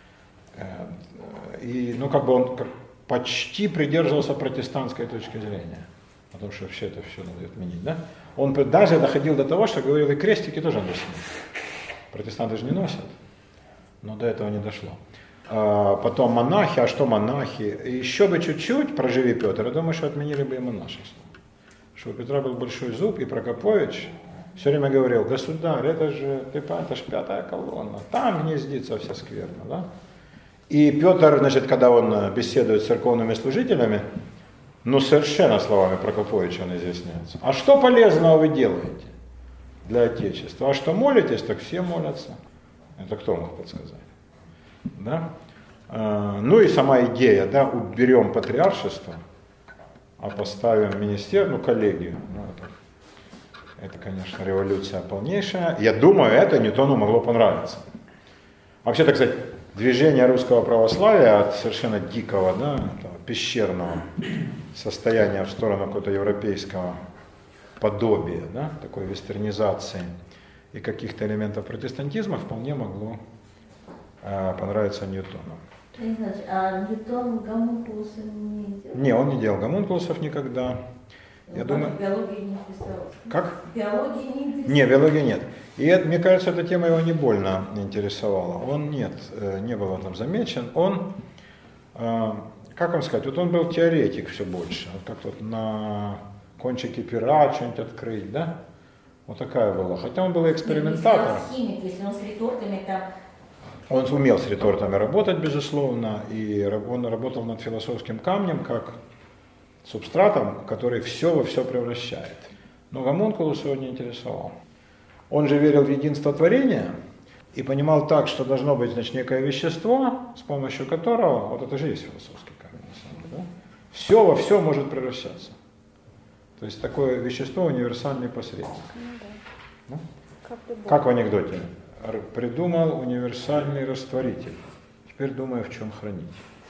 И, ну, как бы он как, почти придерживался протестантской точки зрения. О том, что вообще это все надо отменить, да. Он даже доходил до того, что говорил, и крестики тоже надо снять. Протестанты же не носят, но до этого не дошло. А потом монахи, а что монахи? И еще бы чуть-чуть, проживи Петр, я думаю, что отменили бы и монашество. Что у Петра был большой зуб, и Прокопович все время говорил, государь, это же, ты понимаешь, это же пятая колонна, там гнездится вся скверна, да? И Петр, значит, когда он беседует с церковными служителями, ну совершенно словами Прокоповича он изъясняется. А что полезного вы делаете для Отечества? А что молитесь, так все молятся. Это кто мог подсказать? Да? Ну и сама идея, да, уберем патриаршество, а поставим министер, ну коллегию. Ну, это, это, конечно, революция полнейшая. Я думаю, это Ньютону могло понравиться. Вообще, так сказать, движение русского православия от совершенно дикого, да, пещерного состояния в сторону какого-то европейского подобия, да, такой вестернизации и каких-то элементов протестантизма вполне могло э, понравиться Ньютону. Не знаю, а Ньютон гомункулуса не делал? Не, он не делал гомункулусов никогда. Ну, Я думаю... В биологии не интересовался. Как? В биологии не интересовался. Не, биологии нет. И это, мне кажется, эта тема его не больно интересовала. Он нет, не был там замечен. Он, как вам сказать, вот он был теоретик все больше. Вот как вот на кончике пера что-нибудь открыть, да? Вот такая была. Хотя он был экспериментатор. Если он химик, если он с реторками там... Он умел с ретортами работать, безусловно, и он работал над философским камнем как субстратом, который все во все превращает. Но гомункулус его не интересовал. Он же верил в единство творения и понимал так, что должно быть, значит, некое вещество, с помощью которого, вот это же есть философский камень, на самом деле, да? Все во все может превращаться. То есть такое вещество универсальный посредник. Ну, Как, как в анекдоте. Придумал универсальный растворитель. Теперь думаю, в чем хранить.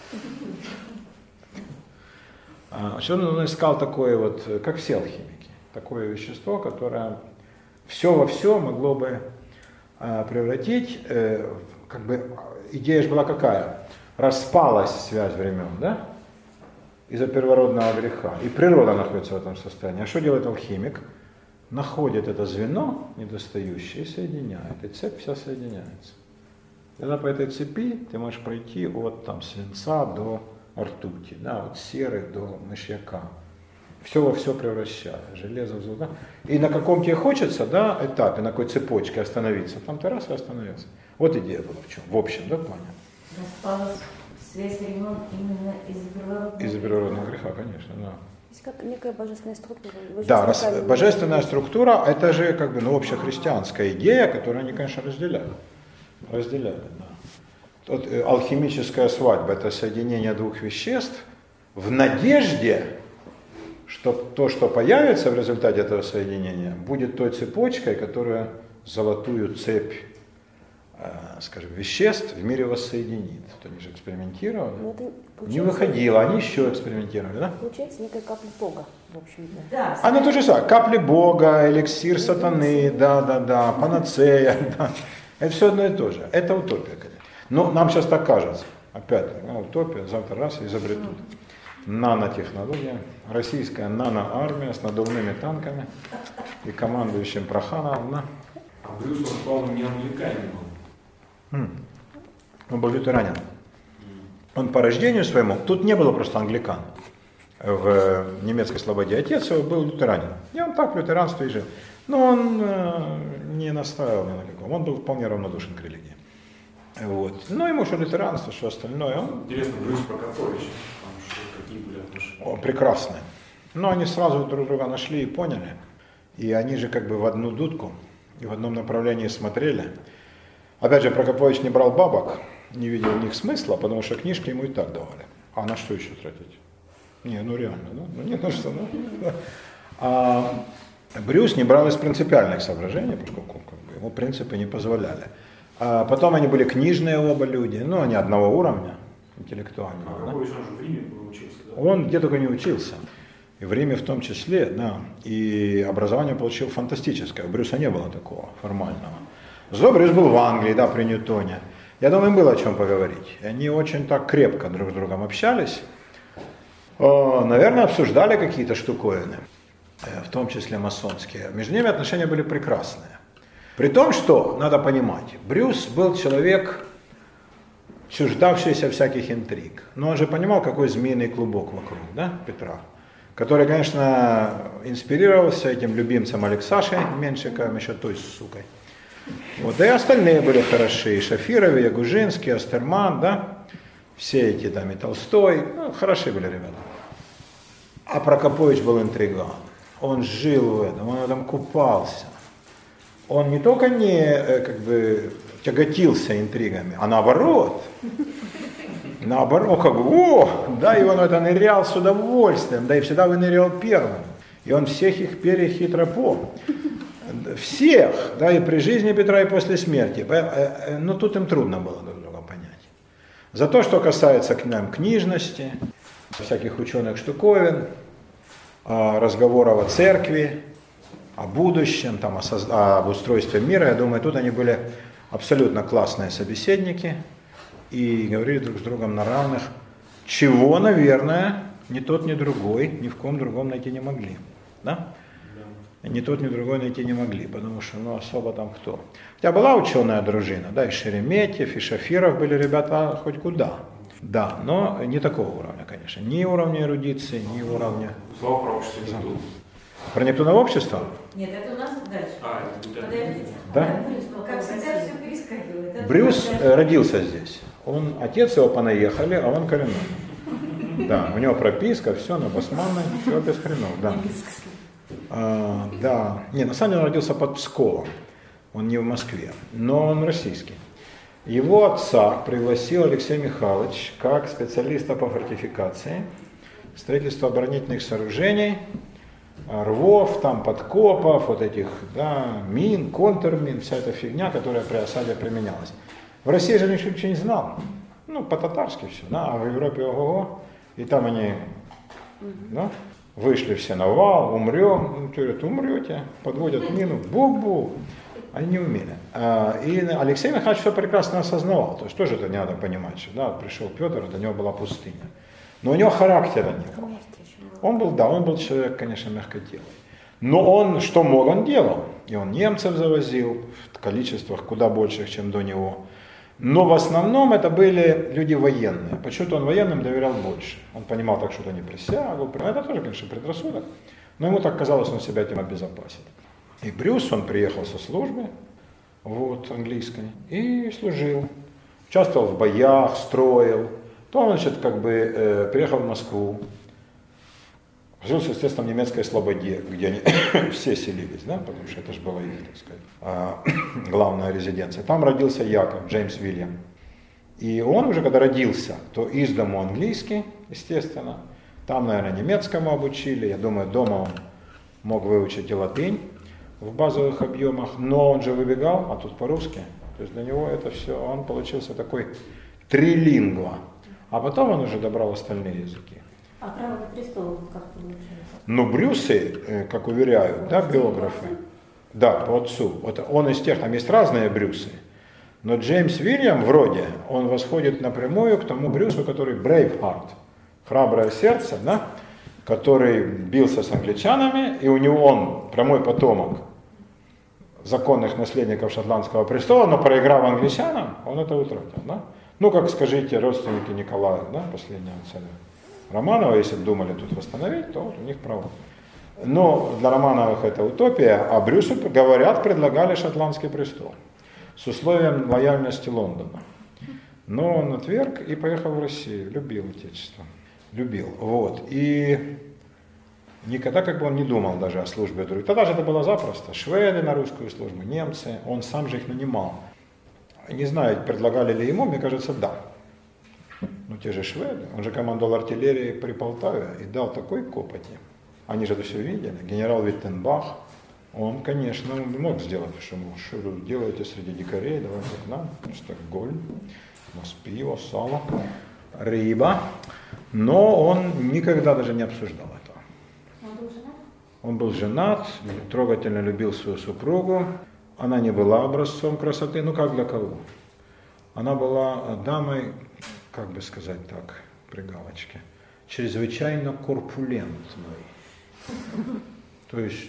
А, он искал такое вот, как все алхимики, такое вещество, которое все во все могло бы а, превратить, э, как бы идея же была какая? Распалась связь времен, да? Из-за первородного греха. И природа находится в этом состоянии. А что делает алхимик? Находит это звено недостающее и соединяет. И цепь вся соединяется. Тогда по этой цепи ты можешь пройти от там, свинца до ртути, да, от серы до мышьяка. Все во все превращая, железо в золото. И на каком тебе хочется, да, этапе, на какой цепочке остановиться, там ты раз и остановился. Вот идея была в чем, в общем, да, плане. Распалась связь времен именно из-за первородного Из-за первородного греха, конечно, да. Есть как некая божественная структура. Да, раз, божественная структура, это же как бы, ну, общехристианская идея, которую они, конечно, разделяют. Разделяют, да. Вот, э, алхимическая свадьба – это соединение двух веществ в надежде, что то, что появится в результате этого соединения, будет той цепочкой, которая золотую цепь, э, скажем, веществ в мире воссоединит. Вот они же экспериментировали. Ну, это, Не выходило, они еще экспериментировали, да? Получается некая капля Бога, в общем-то. Да, А ну то же самое, капли Бога, эликсир сатаны, да, да, да, панацея, да. Это все одно и то же. Это утопия, конечно. Но нам сейчас так кажется. Опять, ну, утопия, завтра раз изобретут. Нанотехнология, российская наноармия с надувными танками и командующим Прохановым. Да? А Брюс, он, по-моему, не англиканин был. М. Он был лютеранин. Он по рождению своему, тут не было просто англикан в немецкой слободе. Отец его был лютеранин. И он так в лютеранстве и жил. Но он э, не настаивал ни на каком. Он был вполне равнодушен к религии. Вот. Ну, ему что лютеранство, что остальное. Он... Интересно, Брюс Прокопович, там что, какие были отношения? О, прекрасные. Но они сразу друг друга нашли и поняли. И они же как бы в одну дудку и в одном направлении смотрели. Опять же, Прокопович не брал бабок, не видел в них смысла, потому что книжки ему и так давали. А на что еще тратить? Не, ну реально, да? Ну не на что, ну. А Брюс не брал из принципиальных соображений, поскольку как бы, ему принципы не позволяли. А потом они были книжные оба люди, ну они одного уровня интеллектуального. А Да? Прокопович, он же в Риме учился, да? Он где только не учился. И в Риме в том числе, да. И образование получил фантастическое. У Брюса не было такого формального. Зато Брюс был в Англии, да, при Ньютоне. Я думаю, им было о чем поговорить. И они очень так крепко друг с другом общались. Наверное, обсуждали какие-то штуковины, в том числе масонские. Между ними отношения были прекрасные. При том, что, надо понимать, Брюс был человек, чуждавшийся всяких интриг. Но он же понимал, какой змеиный клубок вокруг, да, Петра. Который, конечно, инспирировался этим любимцем Алексашей Меньшиковым, еще той сукой. Вот, да и остальные были хороши. И Шафиров, и Ягужинский, и Астерман, да. Все эти там, и Толстой, ну, хороши были ребята. А Прокопович был интриган. Он жил в этом, он в этом купался. Он не только не как бы тяготился интригами, а наоборот. Наоборот, как бы, о, да, и он это нырял с удовольствием, да и всегда вынырял первым. И он всех их перехитро помнил. Всех, да, и при жизни Петра, и после смерти. Но тут им трудно было друг друга понять. За то, что касается к нам книжности, всяких ученых штуковин, разговоров о церкви, о будущем, там, о соз... об устройстве мира, я думаю, тут они были абсолютно классные собеседники и говорили друг с другом на равных, чего, наверное, ни тот, ни другой, ни в ком другом найти не могли. Да? Ни тот, ни другой найти не могли, потому что, ну, особо там кто. Хотя была ученая дружина, да, и Шереметьев, и Шафиров были ребята хоть куда. Да, но не такого уровня, конечно. Ни уровня эрудиции, ни уровня... Слава про общество Нептуна. Про Нептуново общество? Нет, это у нас дальше. А, это будет Подождите. Да? Как всегда все перескакивает. Это Брюс дальше. э, родился здесь. Он, отец его понаехали, а он коренной. Да, у него прописка, все на басманной, все без хренов, да. А, да, не, на самом деле он родился под Псковом, он не в Москве, но он российский. Его отца пригласил Алексей Михайлович как специалиста по фортификации, строительству оборонительных сооружений, рвов, там, подкопов, вот этих, да, мин, контрмин, вся эта фигня, которая при осаде применялась. В России же никто ничего не знал, ну, по-татарски все, да, а в Европе ого-го, и там они, да, вышли все на вал, умрем, говорят, умрете, подводят мину, бу-бу. Они не умели. И Алексей Михайлович все прекрасно осознавал. То есть тоже это не надо понимать, что да, пришел Петр, до него была пустыня. Но у него характера не было. Он был, да, он был человек, конечно, мягкотелый. Но он, что мог, он делал. И он немцев завозил в количествах куда больших, чем до него. Но в основном это были люди военные. Почему-то он военным доверял больше. Он понимал так, что они присягу. Это тоже, конечно, предрассудок. Но ему так казалось, он себя этим обезопасит. И Брюс, он приехал со службы, вот, английской, и служил. Участвовал в боях, строил. Потом, значит, как бы э, приехал в Москву. Жил, естественно, в немецкой слободе, где они все селились, да, потому что это же была их, так сказать, а, главная резиденция. Там родился Яков, Джеймс Уильям. И он уже, когда родился, то из дому английский, естественно. Там, наверное, немецкому обучили. Я думаю, дома он мог выучить и латынь. в базовых объемах, но он же выбегал, а тут по-русски. То есть для него это все, он получился такой трилингва. А потом он уже добрал остальные языки. А «Право на престол» как получилось? Но Брюсы, как уверяют, да, биографы, да, по отцу, вот он из тех, там есть разные Брюсы, но Джеймс Уильям вроде, он восходит напрямую к тому Брюсу, который Braveheart, храброе сердце, да, который бился с англичанами, и у него он прямой потомок законных наследников шотландского престола, но проиграв англичанам, он это утратил, да. Ну, как скажите, родственники Николая, да, последнего царя Романова, если бы думали тут восстановить, то вот у них право. Но для Романовых это утопия, а Брюсу, говорят, предлагали шотландский престол с условием лояльности Лондона. Но он отверг и поехал в Россию, любил отечество, любил. Вот. И никогда как бы он не думал даже о службе других. Тогда же это было запросто. Шведы на русскую службу, немцы, он сам же их нанимал. Не знаю, предлагали ли ему, мне кажется, да. Ну, те же шведы, он же командовал артиллерией при Полтаве и дал такой копоти. Они же это все видели. Генерал Виттенбах, он, конечно, мог сделать, что, что вы делаете среди дикарей, давайте к нам, Стокгольм, у нас пиво, сало, рыба. Но он никогда даже не обсуждал этого. Он был женат? Он был женат, трогательно любил свою супругу. Она не была образцом красоты, ну как для кого? Она была дамой, как бы сказать так, при галочке, чрезвычайно корпулентной. То есть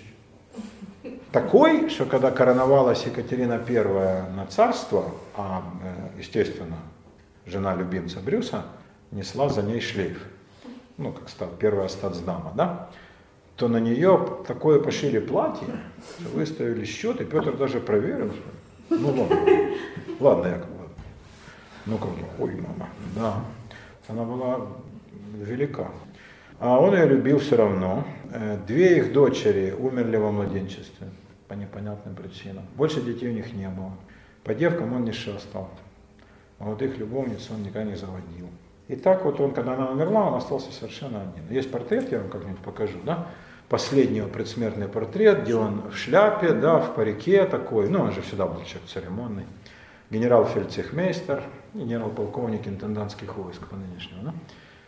такой, что когда короновалась Екатерина Первая на царство, а, естественно, жена любимца Брюса несла за ней шлейф, ну, как стал первая статсдама, да, то на нее такое пошили платье, что выставили счет, и Петр даже проверил, что, ну ладно, ладно, Яков, ладно. Ну как бы, ой, мама, да, она была велика. А он ее любил все равно. Две их дочери умерли во младенчестве по непонятным причинам. Больше детей у них не было. По девкам он не шастал. Молодых любовниц он никогда не заводил. И так вот он, когда она умерла, он остался совершенно один. Есть портрет, я вам как-нибудь покажу, да? Последний его предсмертный портрет, где он в шляпе, да, в парике такой, ну он же всегда был человек церемонный. Генерал-фельдцехмейстер, генерал-полковник интендантских войск по нынешнему, да?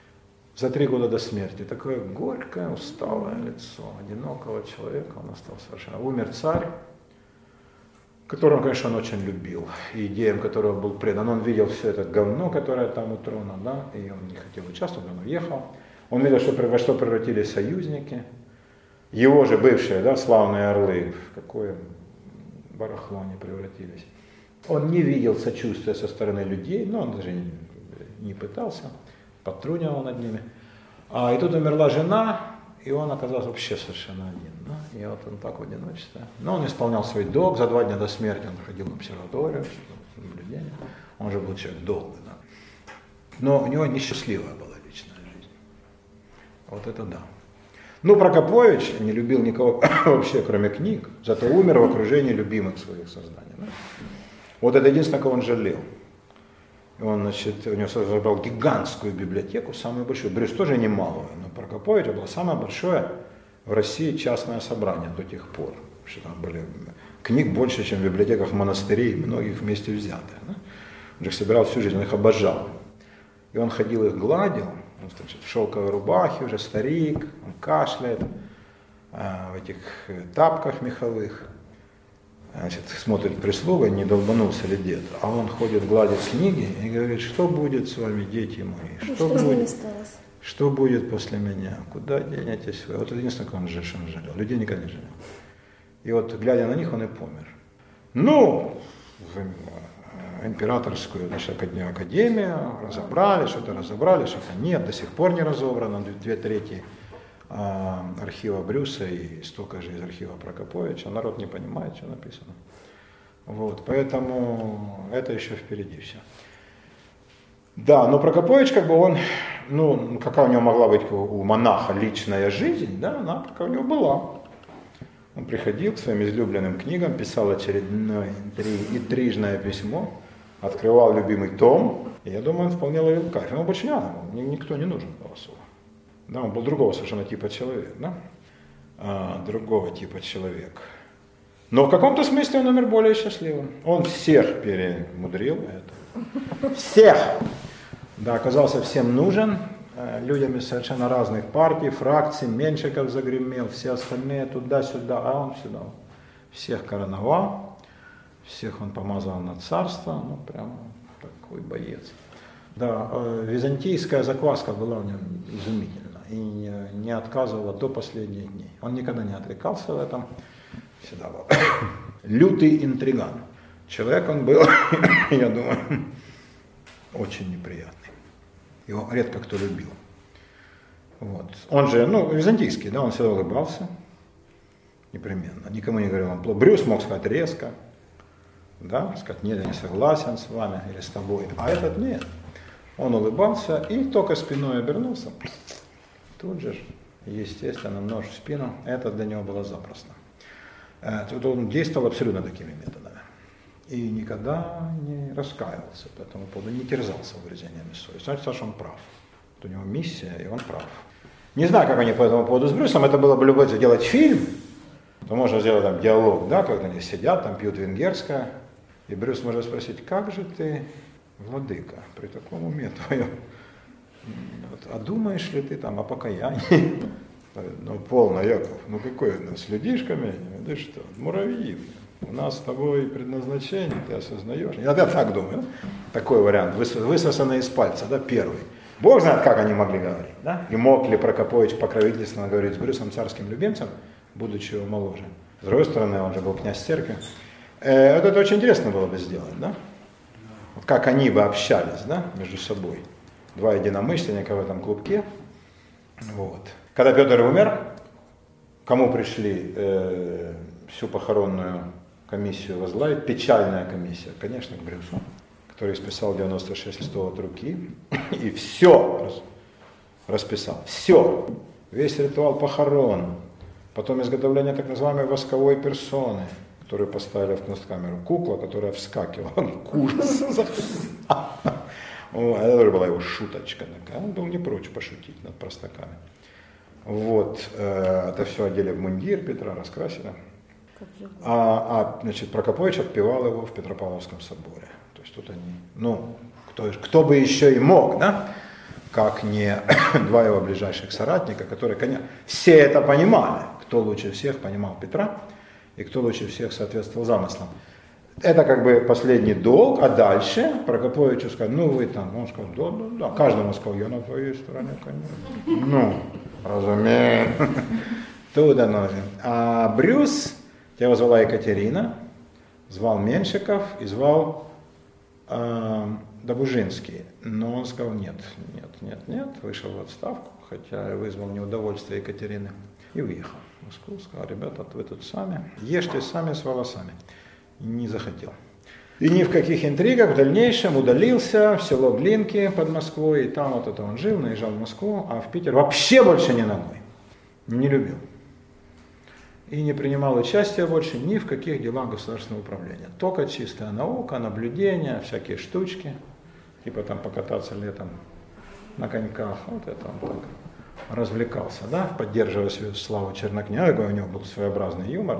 За три года до смерти. Такое горькое, усталое лицо одинокого человека, он остался совершенно. Умер царь, которого, конечно, он очень любил, и идеям которого был предан. Он видел все это говно, которое там у трона, да, и он не хотел участвовать, он уехал. Он видел, что, во что превратились союзники, его же бывшие, да, славные орлы, в какое барахло они превратились. Он не видел сочувствия со стороны людей, но он даже не, не пытался, подтрунивал над ними. А, и тут умерла жена, и он оказался вообще совершенно один. Да? И вот он так в одиночестве. Но он исполнял свой долг. За два дня до смерти он ходил в обсерваторию, наблюдение. Он же был человек долгий. Да? Но у него несчастливая была личная жизнь. Вот это да. Ну, Прокопович не любил никого вообще, кроме книг. Зато умер в окружении любимых своих созданий. Да? Вот это единственное, кого он жалел. Он, значит, у него собрал гигантскую библиотеку, самую большую. Брюс тоже немалую, но Прокопович было самое большое в России частное собрание до тех пор. Что там были книг больше, чем в библиотеках монастырей, многих вместе взятых. Да? Он их собирал всю жизнь, он их обожал. И он ходил их гладил, он, значит, в шелковой рубахе, уже старик, он кашляет, в этих тапках меховых. Значит, смотрит прислуга, не долбанулся ли дед, а он ходит, гладит книги и говорит, что будет с вами, дети мои, что, что будет, что будет после меня, куда денетесь вы. Вот это единственное, кого он жалел, людей никогда не жалел. И вот, глядя на них, он и помер. Ну, в императорскую, значит, академию разобрали, что-то разобрали, что-то нет, до сих пор не разобрано, две трети архива Брюса и столько же из архива Прокоповича, народ не понимает, что написано. Вот, поэтому это еще впереди все. Да, но Прокопович, как бы он, ну, какая у него могла быть у монаха личная жизнь, да, она какая у него была. Он приходил к своим излюбленным книгам, писал очередное интрижное письмо, открывал любимый том, и я думаю, он вполне ловил кайф. Ему больше не надо, никто не нужен был особо. Да, он был другого совершенно типа человек, да? А, другого типа человек. Но в каком-то смысле он умер более счастливым. Он всех перемудрил это. Всех! Да, оказался всем нужен, людям из совершенно разных партий, фракций. Меньшиков загремел, все остальные туда-сюда, а он сюда. Всех короновал, всех он помазал на царство, ну прям такой боец. Да, византийская закваска была у него изумительна и не, не отказывала до последних дней. Он никогда не отрекался в этом, всегда был лютый интриган. Человек он был, я думаю, очень неприятный. Его редко кто любил. Вот. Он же, ну, византийский, да, он всегда улыбался. Непременно. Никому не говорил, он плохо. Брюс мог сказать резко, да, сказать, нет, я не согласен с вами или с тобой. А этот нет. Он улыбался и только спиной обернулся. Тут же, естественно, нож в спину. Это для него было запросто. Тут он действовал абсолютно такими методами. И никогда не раскаивался по этому поводу, не терзался угрызениями совести. Значит, что он прав. Вот у него миссия, и он прав. Не знаю, как они по этому поводу с Брюсом. Это было бы любое сделать фильм. То можно сделать там диалог, да, когда они сидят, там пьют венгерское. И Брюс может спросить, как же ты, владыка, при таком уме твоем? Вот, а думаешь ли ты там о покаянии? Ну, полно, Яков, ну какой у нас, с людишками? Да что, муравьи. У нас с тобой предназначение, ты осознаешь. Я, я так думаю, такой вариант, высосанный из пальца, да, первый. Бог знает, как они могли говорить, да? И мог ли Прокопович покровительственно говорить с Брюсом царским любимцем, будучи его моложе. С другой стороны, он же был князь церкви. Э, вот это очень интересно было бы сделать, да? Вот как они бы общались, да, между собой. Два единомышленника в этом клубке. Вот. Когда Петр умер, кому пришли э, всю похоронную комиссию возглавить? Печальная комиссия, конечно, к Брюсу, который списал девяносто шесть листов от руки и все расписал. Все. Весь ритуал похорон. Потом изготовление так называемой восковой персоны, которую поставили в кунсткамеру. Кукла, которая вскакивала. Ужас. Это тоже была его шуточка такая. Он был не прочь пошутить над простаками. Вот. Это все одели в мундир Петра, раскрасили. А, а значит, Прокопович отпевал его в Петропавловском соборе. То есть тут они, ну, кто, кто бы еще и мог, да, как не два его ближайших соратника, которые, конечно, все это понимали. Кто лучше всех понимал Петра и кто лучше всех соответствовал замыслам. Это как бы последний долг, а дальше Прокоповичу сказали, ну вы там, он сказал, да, да, да, каждому сказал, я на твоей стороне, конечно. Ну, разумеется, туда нужен. А Брюс, его звала Екатерина, звал Меньшиков и звал э, Добужинский. Но он сказал, нет, нет, нет, нет, вышел в отставку, хотя вызвал неудовольствие Екатерины и уехал в Москву, сказал, ребята, вы тут сами, ешьте сами с волосами. Не захотел. И ни в каких интригах в дальнейшем удалился в село Глинки под Москвой, и там вот это он жил, наезжал в Москву, а в Питер вообще больше ни ногой. Не любил. И не принимал участия больше ни в каких делах государственного управления. Только чистая наука, наблюдения, всякие штучки, типа там покататься летом на коньках, вот это он так развлекался, да, поддерживая свою славу Чернокнязя, какой у него был своеобразный юмор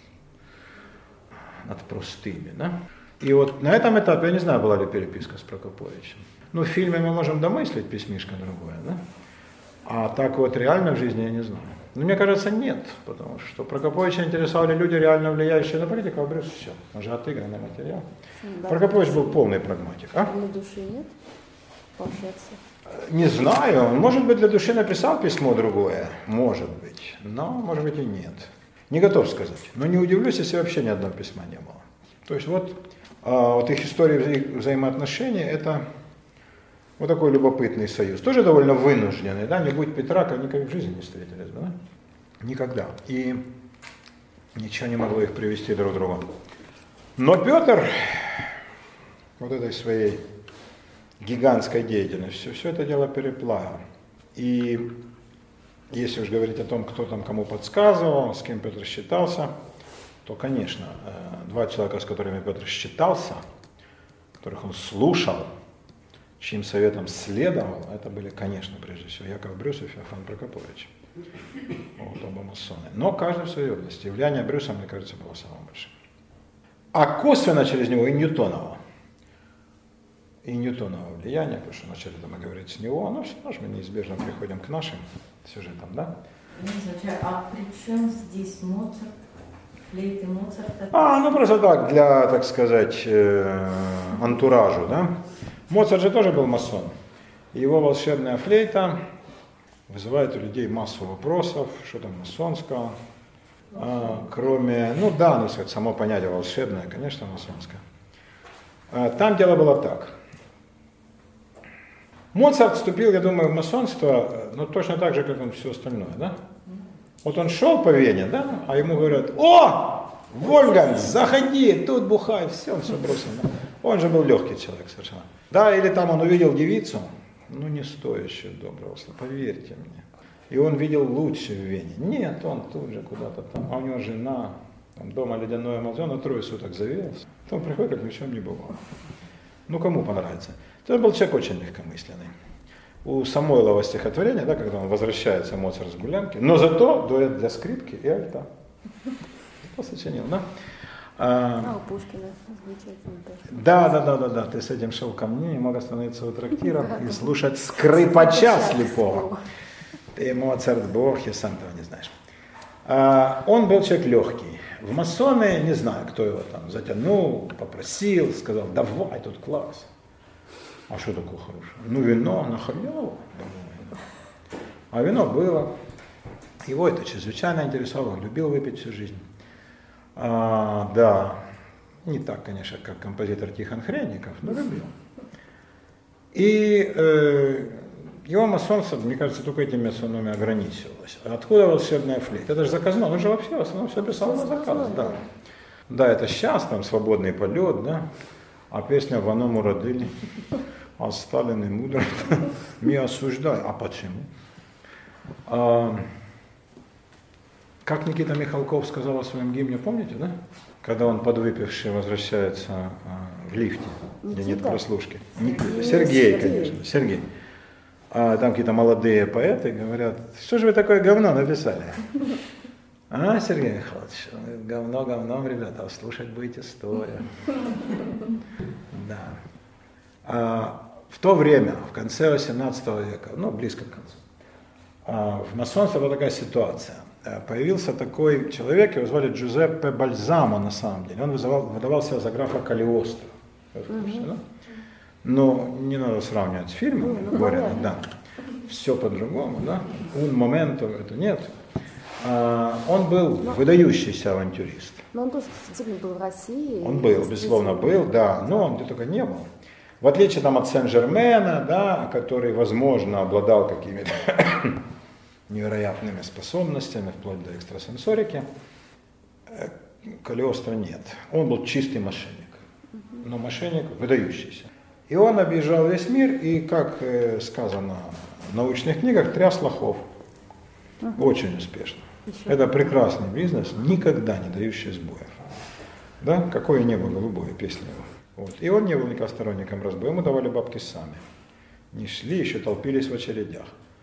над простыми, да. И вот на этом этапе, я не знаю, была ли переписка с Прокоповичем. Ну, в фильме мы можем домыслить письмишко другое, да, а так вот реально в жизни я не знаю. Но мне кажется, нет, потому что Прокоповича интересовали люди, реально влияющие на политику, а Брюс все, уже отыгранный материал. Да, Прокопович был полный прагматик. А? Для души нет? Пообщаться? Не знаю, может быть, для души написал письмо другое, может быть, но может быть и нет. Не готов сказать, но не удивлюсь, если вообще ни одного письма не было. То есть вот, а, вот их история вза- взаимоотношений, это вот такой любопытный союз. Тоже довольно вынужденный, да, не будь Петра, как никогда в жизни не встретились бы, да? Никогда. И ничего не могло их привести друг к другу. Но Петр вот этой своей гигантской деятельностью все это дело переплавил. И если уж говорить о том, кто там кому подсказывал, с кем Петр считался, то, конечно, два человека, с которыми Петр считался, которых он слушал, чьим советом следовал, это были, конечно, прежде всего, Яков Брюс и Феофан Прокопович. Вот оба масоны. Но каждый в своей области. Влияние Брюса, мне кажется, было самым большим. А косвенно через него и Ньютонова. И Ньютонова влияние, потому что начали мы говорить с него, но все равно мы неизбежно приходим к нашим сюжетам, да? А при чем здесь Моцарт? Флейты Моцарта? А, ну просто так, для, так сказать, э, антуражу, да? Моцарт же тоже был масон. Его волшебная флейта вызывает у людей массу вопросов, что там масонского, а, кроме, ну да, ну, сказать, само понятие волшебное, конечно, масонское. А, там дело было так. Моцарт вступил, я думаю, в масонство, ну, точно так же, как он все остальное, да? Вот он шел по Вене, да, а ему говорят: о, Вольфганг, заходи, тут бухай, все, он все бросил. Да? Он же был легкий человек совершенно. Да, или там он увидел девицу, ну, не стоящую доброго слова, поверьте мне. И он видел лучшее в Вене. Нет, он тут же куда-то там, а у него жена, там дома ледяное молчание, на трое суток завелся. Потом приходит, как ни в чем не бывало. Ну, кому понравится. Это был человек очень легкомысленный. У Самойлова стихотворение, да, когда он возвращается, Моцарт с гулянки, но зато дуэт для скрипки и альта. Что сочинил, да? А, а у Пушкина замечательно. Да, да, да, да, да. Ты с этим шел ко мне, не мог остановиться у трактира и слушать скрипача слепого. Ты, Моцарт, бог, и сам того не знаешь. А, он был человек легкий. В масоны, не знаю, кто его там затянул, попросил, сказал: давай, тут класс. А что такое хорошее? Ну, вино на халяву. А вино было. Его это чрезвычайно интересовало, любил выпить всю жизнь. А, да, не так, конечно, как композитор Тихон Хренников, но любил. И э, его масонство, мне кажется, только этими масонами ограничивалось. А откуда волшебная флейта? Это же заказное, он же вообще в основном все писал на заказ. Да. Да, это сейчас там свободный полет, да. А песня «В оному родили», а Сталин и мудро, не осуждай. А почему? А, как Никита Михалков сказал о своем гимне, помните, да? Когда он подвыпивший возвращается а, в лифте, Никита? Где нет прослушки. Никита. Сергей, Сергей, конечно, Сергей. А там какие-то молодые поэты говорят: что же вы такое говно написали? А, Сергей Михайлович, говно говном, ребята, слушать будете стоя. Да. А, в то время, в конце восемнадцатого века, ну, близко к концу, а, в масонстве была такая ситуация. А, появился такой человек, его звали Джузеппе Бальзамо на самом деле. Он вызывал, выдавал себя за графа Калиостро. Mm-hmm. Да? Но не надо сравнивать с фильмом, mm-hmm. говорят, да. Все по-другому, да. Un momento, это нет. А, он был но, выдающийся авантюрист. Но он тоже действительно был в России. Он был, безусловно, был, да, но он где только не был. В отличие там, от Сен-Жермена, да, который, возможно, обладал какими-то невероятными способностями, вплоть до экстрасенсорики, Калиостро нет. Он был чистый мошенник, но мошенник выдающийся. И он объезжал весь мир и, как сказано в научных книгах, тряс лохов. Очень успешно. Еще. Это прекрасный бизнес, никогда не дающий сбоев. Да? Какое небо голубое, песня его. Вот. И он не был никогда сторонником разбоя, ему давали бабки сами. Не шли, еще толпились в очередях.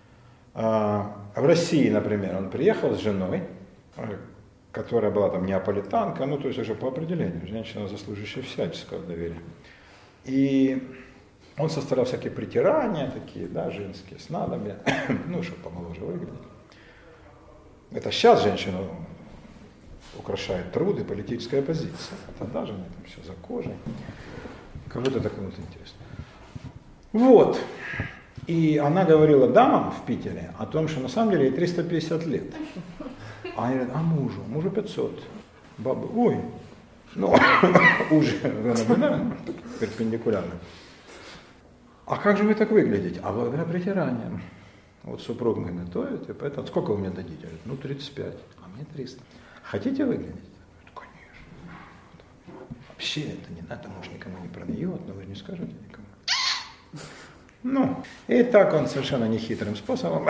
А в России, например, он приехал с женой, которая была там неаполитанка, ну то есть уже по определению, женщина, заслуживающая всяческого доверия. И он составлял всякие притирания такие, да, женские, снадобья, ну, чтобы помоложе выглядеть. Это сейчас женщину украшает труд и политическая оппозиция. А тогда же там все за кожей. Кого-то так вот интересно. Вот. И она говорила дамам в Питере о том, что на самом деле ей триста пятьдесят лет. А они говорят: а мужу? Мужу пятьсот. Бабы: ой, ну, уже перпендикулярно. А как же вы так выглядите? А благодаря притираниям. Вот супруг мой готовит, и поэтому: сколько вы мне дадите? Говорит: ну, тридцать пять, а мне триста. Хотите выглядеть? Говорит: конечно. Вообще это не надо, муж никому не продает, но вы не скажете никому. Ну, и так он совершенно нехитрым способом.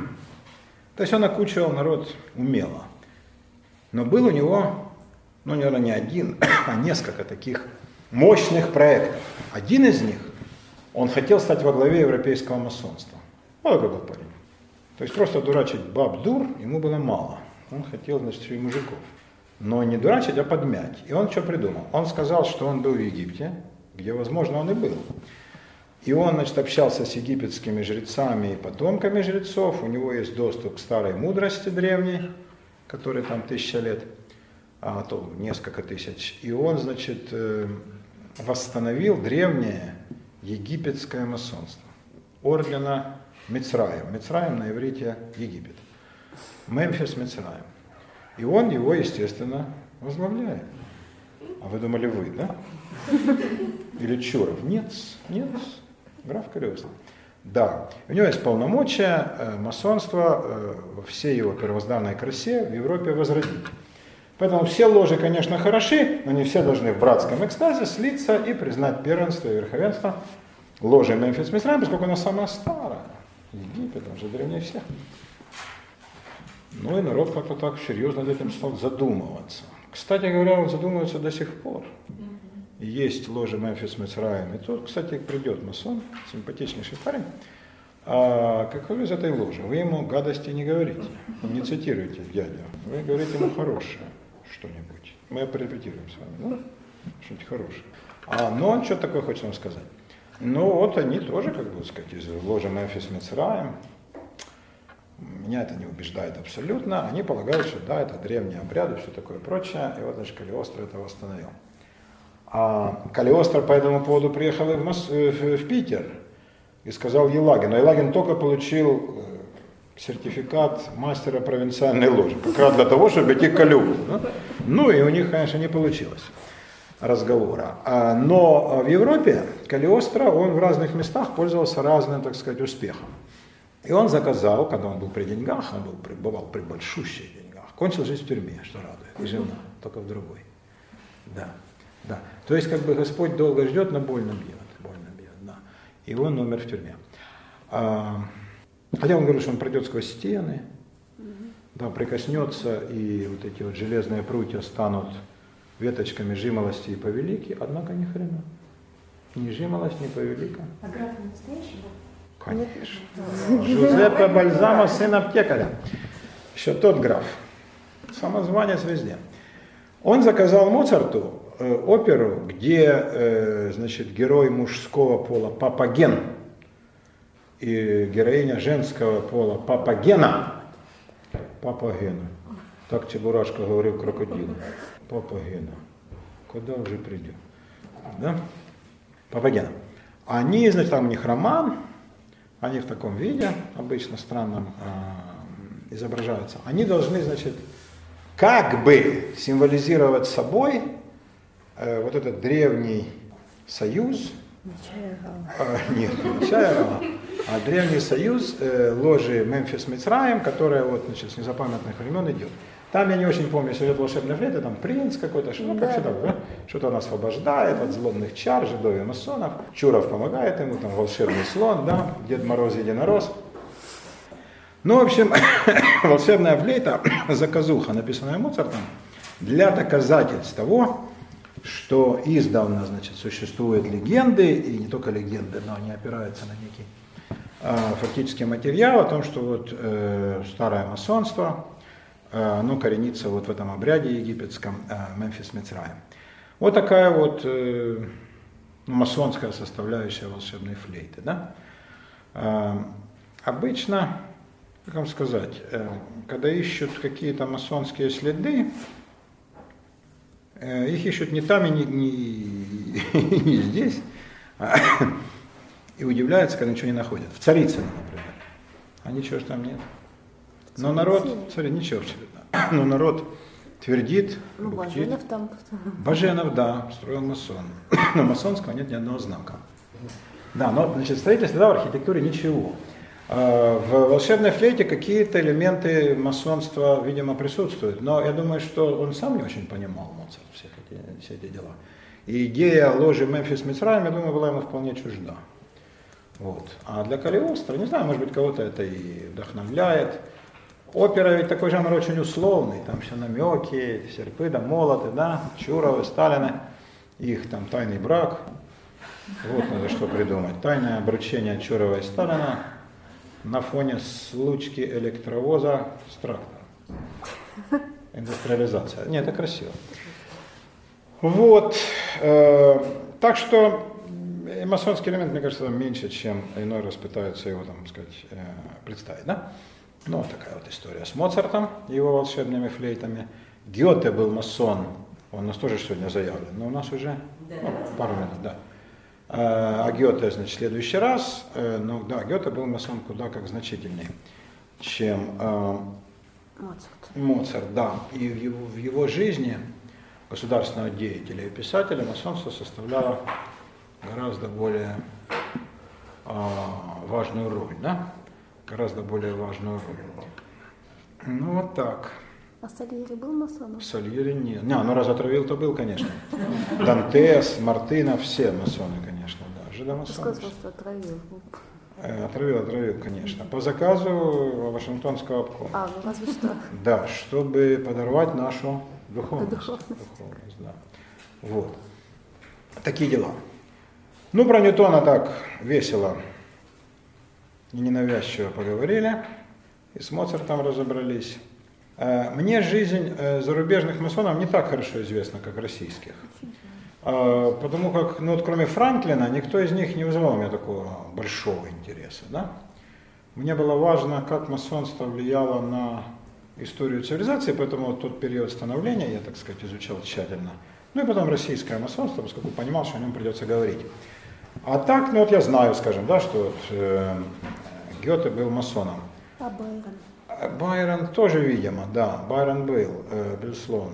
То есть он окучивал народ умело. Но был у него, ну, наверное, не один, а несколько таких мощных проектов. Один из них, он хотел стать во главе европейского масонства. Вот такой был парень. То есть просто дурачить баб-дур ему было мало. Он хотел, значит, и мужиков. Но не дурачить, а подмять. И он что придумал? Он сказал, что он был в Египте, где, возможно, он и был. И он, значит, общался с египетскими жрецами и потомками жрецов. У него есть доступ к старой мудрости древней, которой там тысяча лет, а то несколько тысяч. И он, значит, восстановил древнее египетское масонство. Ордена Мицраим. Мицраим на иврите Египет. Мемфис Мицраим. И он его, естественно, возглавляет. А вы думали, вы, да? Или Чуров? Нет, нет, граф Калиостро. Да, у него есть полномочия э, масонство э, во всей его первозданной красе в Европе возродить. Поэтому все ложи, конечно, хороши, но не все должны в братском экстазе слиться и признать первенство и верховенство ложи Мемфис Мицраим, поскольку она самая старая. Египет, он же древнее всех. Ну и народ как-то так серьезно над этим стал задумываться. Кстати говоря, он задумывается до сих пор. Есть ложа Мемфис Мицраим. И тут, кстати, придет масон, симпатичнейший парень. А какой из этой ложи? Вы ему гадости не говорите, не цитируете дядю. Вы говорите ему хорошее что-нибудь. Мы интерпретируем с вами, да? Что-нибудь хорошее. А, но он что такое хочет вам сказать? Ну вот они тоже, как бы сказать, из ложи Мемфис Мицраим. Меня это не убеждает абсолютно. Они полагают, что да, это древние обряды, все такое прочее. И вот, значит, Калиостро это восстановил. А Калиостро по этому поводу приехал в, Мос... в Питер и сказал Елагину. Елагин только получил сертификат мастера провинциальной ложи. Как раз для того, чтобы идти к Калиостро. Да? Ну и у них, конечно, не получилось разговора. Но в Европе Калиостро, он в разных местах пользовался разным, так сказать, успехом. И он заказал, когда он был при деньгах, он был, бывал при большущих деньгах, кончил жизнь в тюрьме, что радует, и жена, только в другой. Да, да. То есть, как бы Господь долго ждет, но больно бьет, больно бьет, да. И он умер в тюрьме. А, хотя он говорил, что он пройдет сквозь стены, да, прикоснется, и вот эти вот железные прутья станут веточками жимолости и повелики, однако ни хрена. Ни жимолость, ни повелика. А граф настоящий был? Конечно. Жузеппе Бальзамо, сын аптекаря. Еще тот граф. Самозванец везде. Он заказал Моцарту э, оперу, где э, значит, герой мужского пола Папаген и героиня женского пола Папагена. Папагена. Так Чебурашка говорил крокодилу. Папагена. Куда уже придем? Да? Папагена. Они, значит, там у них роман. Они в таком виде, обычно странном, э, изображаются. Они должны, значит, как бы символизировать собой э, вот этот древний союз. Э, нет, не Чайрова, а древний союз э, ложи Мемфис Мицраим, которая вот, значит, с незапамятных времен идет. Там я не очень помню, если идет волшебная флейта, там принц какой-то, что, ну, как всегда, да? Что-то он освобождает от злобных чар, жидов и масонов. Чуров помогает ему, там волшебный слон, да, Дед Мороз, единорос. Ну, в общем, волшебная флейта, заказуха, написанная Моцартом, для доказательств того, что издавна, значит, существуют легенды, и не только легенды, но они опираются на некий э, фактический материал о том, что вот э, старое масонство, оно коренится вот в этом обряде египетском Мемфис Мицраим. Вот такая вот э, масонская составляющая волшебной флейты. Да? Э, обычно, как вам сказать, э, когда ищут какие-то масонские следы, э, их ищут не там и не, не, не здесь, а, и удивляются, когда ничего не находят. В Царицыне, например. А ничего ж там нет. Но народ, смотри, ничего абсолютно, но народ твердит, ну, бухтит. Баженов там. Баженов, да, строил масон. Но масонского нет ни одного знака. Да, но, значит, строительство, да, в архитектуре ничего. В волшебной флейте какие-то элементы масонства, видимо, присутствуют. Но я думаю, что он сам не очень понимал, Моцарт, все эти, все эти дела. И идея ложи Мемфис Мицраим, я думаю, была ему вполне чужда. Вот. А для Калиостро, не знаю, может быть, кого-то это и вдохновляет. Опера ведь такой жанр очень условный, там все намеки, серпы да молоты, да, Чуровы, Сталины, их там тайный брак, вот надо что придумать, тайное обручение Чурова и Сталина, на фоне случки электровоза с трактором. Индустриализация. Нет, это красиво. Вот. Э, так что масонский элемент, мне кажется, меньше, чем иной раз пытаются его, там, сказать, э, представить. Да? Ну, вот такая вот история с Моцартом, его волшебными флейтами. Гёте был масон, он у нас тоже сегодня заявлен, но у нас уже ну, пару минут, да. А Гёте, значит, в следующий раз, ну да, Гёте был масон куда как значительнее, чем э, Моцарт. Моцарт, да. И в его, в его жизни государственного деятеля и писателя масонство составляло гораздо более э, важную роль, да? Гораздо более важную роль. Ну вот так. А Сальери был масоном? Сальери нет. Не, ну раз отравил, то был, конечно. Дантес, Мартынов, все масоны, конечно, да. Жидомасоны. Сказал, что отравил. Отравил, отравил, конечно. По заказу Вашингтонского обкома. А, ну разве что. Да, чтобы подорвать нашу духовность. Духовность. Духовность, да. Вот. Такие дела. Ну, про Ньютона так весело и ненавязчиво поговорили. И с Моцартом разобрались. Мне жизнь зарубежных масонов не так хорошо известна, как российских. Потому как, ну вот кроме Франклина, никто из них не вызывал у меня такого большого интереса. Да? Мне было важно, как масонство влияло на историю цивилизации, поэтому вот тот период становления я, так сказать, изучал тщательно. Ну и потом российское масонство, поскольку понимал, что о нем придется говорить. А так, ну вот я знаю, скажем, да, что вот, э, Гёте был масоном. А Байрон? Байрон тоже, видимо, да, Байрон был, э, безусловно.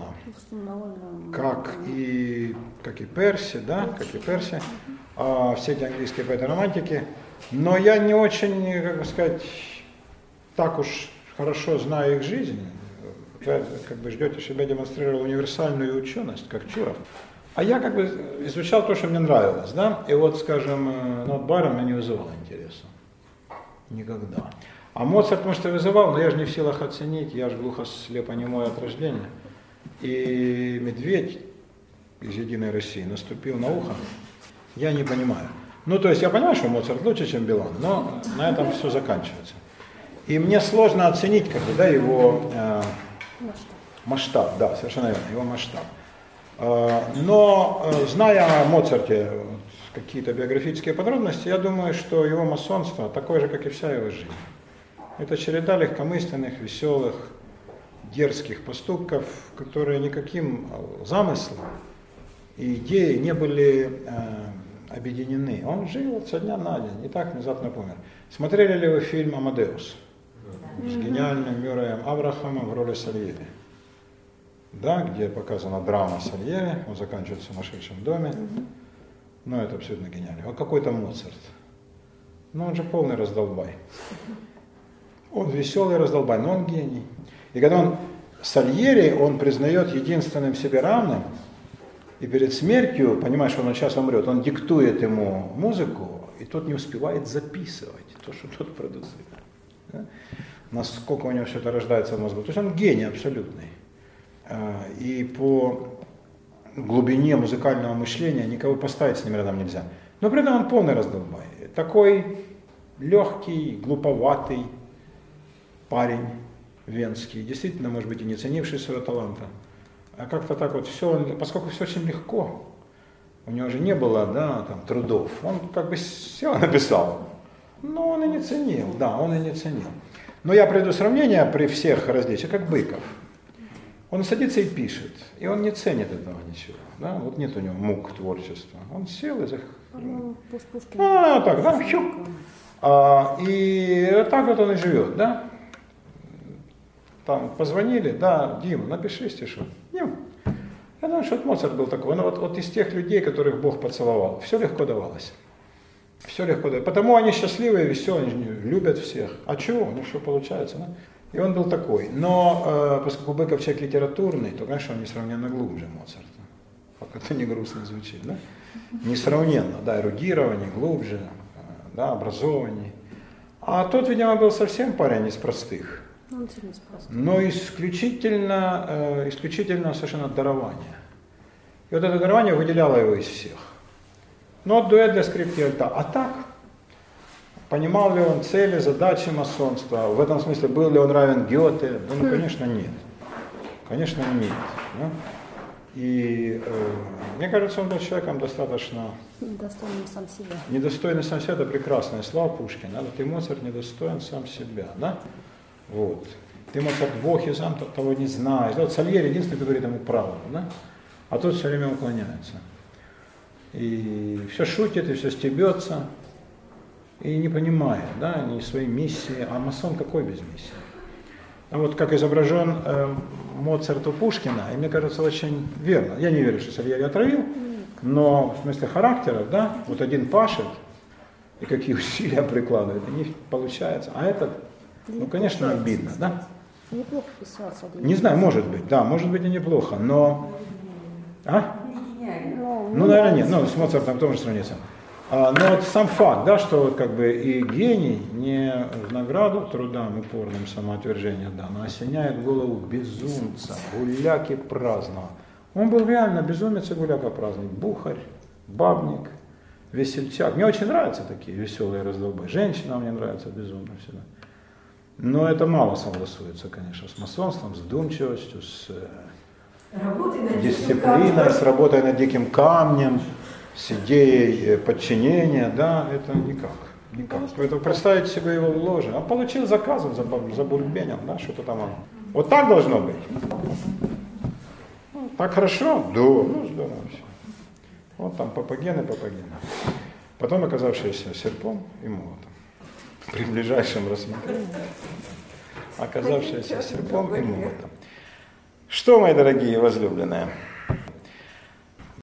Как и, как и Перси, да, как и Перси, а, все эти английские поэты-романтики. Но я не очень, как бы сказать, так уж хорошо знаю их жизнь. Вы как бы ждете, чтобы я демонстрировал универсальную ученость, как Чуров. А я как бы изучал то, что мне нравилось, да. И вот, скажем, ну, вот Байрон меня не вызывал интереса. Никогда. А Моцарт, может, и вызывал, но я же не в силах оценить, я же глухослепонемой от рождения. И медведь из «Единой России» наступил на ухо, я не понимаю. Ну, то есть я понимаю, что Моцарт лучше, чем Билан, но на этом все заканчивается. И мне сложно оценить, как бы, да, его э, масштаб, да, совершенно верно, его масштаб. Э, но, э, зная о Моцарте какие-то биографические подробности, я думаю, что его масонство такое же, как и вся его жизнь. Это череда легкомысленных, веселых, дерзких поступков, которые никаким замыслом и идеей не были э, объединены. Он жил со дня на день и так внезапно помер. Смотрели ли вы фильм «Амадеус» с гениальным Мюрреем Аврахамом в роли Сальери? Да, где показана драма Сальери, он заканчивает в сумасшедшем доме. Ну, это абсолютно гениально. А какой там Моцарт? Ну, он же полный раздолбай. Он веселый раздолбай, но он гений. И когда он Сальери, он признает единственным себе равным, и перед смертью, понимаешь, что он сейчас умрет, он диктует ему музыку, и тот не успевает записывать то, что тот продуцирует. Да? Насколько у него все это рождается в мозгу. То есть он гений абсолютный. И по глубине музыкального мышления никого поставить с ним рядом нельзя. Но при этом он полный раздолбай. Такой легкий, глуповатый парень венский, действительно, может быть, и не ценивший своего таланта. А как-то так вот все, поскольку все очень легко, у него же не было, да, там, трудов, он как бы все написал, но он и не ценил, да, он и не ценил. Но я приведу сравнение при всех различиях, как Быков. Он садится и пишет, и он не ценит этого ничего, да, вот нет у него мук творчества. Он сел и захотел. А, так, да, щук. А, и так вот он и живет, да. Там позвонили, да, Дима, напиши стишок. Дим. Я думаю, что вот Моцарт был такой. Он вот, вот из тех людей, которых Бог поцеловал. Все легко давалось. Все легко давалось. Потому они счастливые, веселые, они любят всех. А чего? У них что получается, да? И он был такой. Но э, поскольку Быков человек литературный, то, конечно, он несравненно глубже Моцарта. Как это не грустно звучит, да? Несравненно, да, эрудированнее, глубже, э, да, образованнее. А тот, видимо, был совсем парень из простых. Но исключительно, э, исключительно совершенно дарование. И вот это дарование выделяло его из всех. Но дуэт для скрипки и альта. А так, Понимал ли он цели, задачи масонства? В этом смысле, был ли он равен Гёте? Ну, конечно, нет. Конечно, нет. Да? И э, мне кажется, он был человеком достаточно... Недостойным сам себя. Недостойный сам себя, это прекрасное слова Пушкина. Да? Ты, Моцарт, недостоин сам себя. Да? Вот. Ты, Моцарт, Бог и сам того не знаешь. Да? Вот Сальери единственный, который говорит ему правду. Да? А тот все время уклоняется. И все шутит, и все стебется. И не понимает, да, ни своей миссии, а масон какой без миссии? А вот как изображен э, Моцарт у Пушкина, и мне кажется, очень верно. Я не верю, что Сальери отравил, но в смысле характеров, да, вот один пашет, и какие усилия прикладывает, и не получается. А этот, ну, конечно, обидно, да? Неплохо писал Сальери. Не знаю, может быть, да, может быть и неплохо, но... А? Ну, Ну, наверное, нет, ну, с Моцартом тоже сравнится. А, но вот сам факт, да, что вот как бы и гений не в награду трудам упорным самоотвержения дан, а осеняет голову безумца, гуляки праздного. Он был реально безумец и гуляка праздный, бухарь, бабник, весельчак. Мне очень нравятся такие веселые раздолбы. Женщина мне нравится безумно всегда. Но это мало согласуется, конечно, с масонством, с вдумчивостью, с дисциплиной, с работой над диким камнем, с идеей подчинения, да, это никак. никак. Поэтому представить себе его в ложе. Он получил заказ, он забульбенил, да, что-то там он. Вот так должно быть. Так хорошо? Да, ну здорово все. Вот там Папагены, Папагены. Потом оказавшиеся серпом и молотом. При ближайшем рассмотрении. Оказавшиеся серпом и молотом. Что, мои дорогие возлюбленные?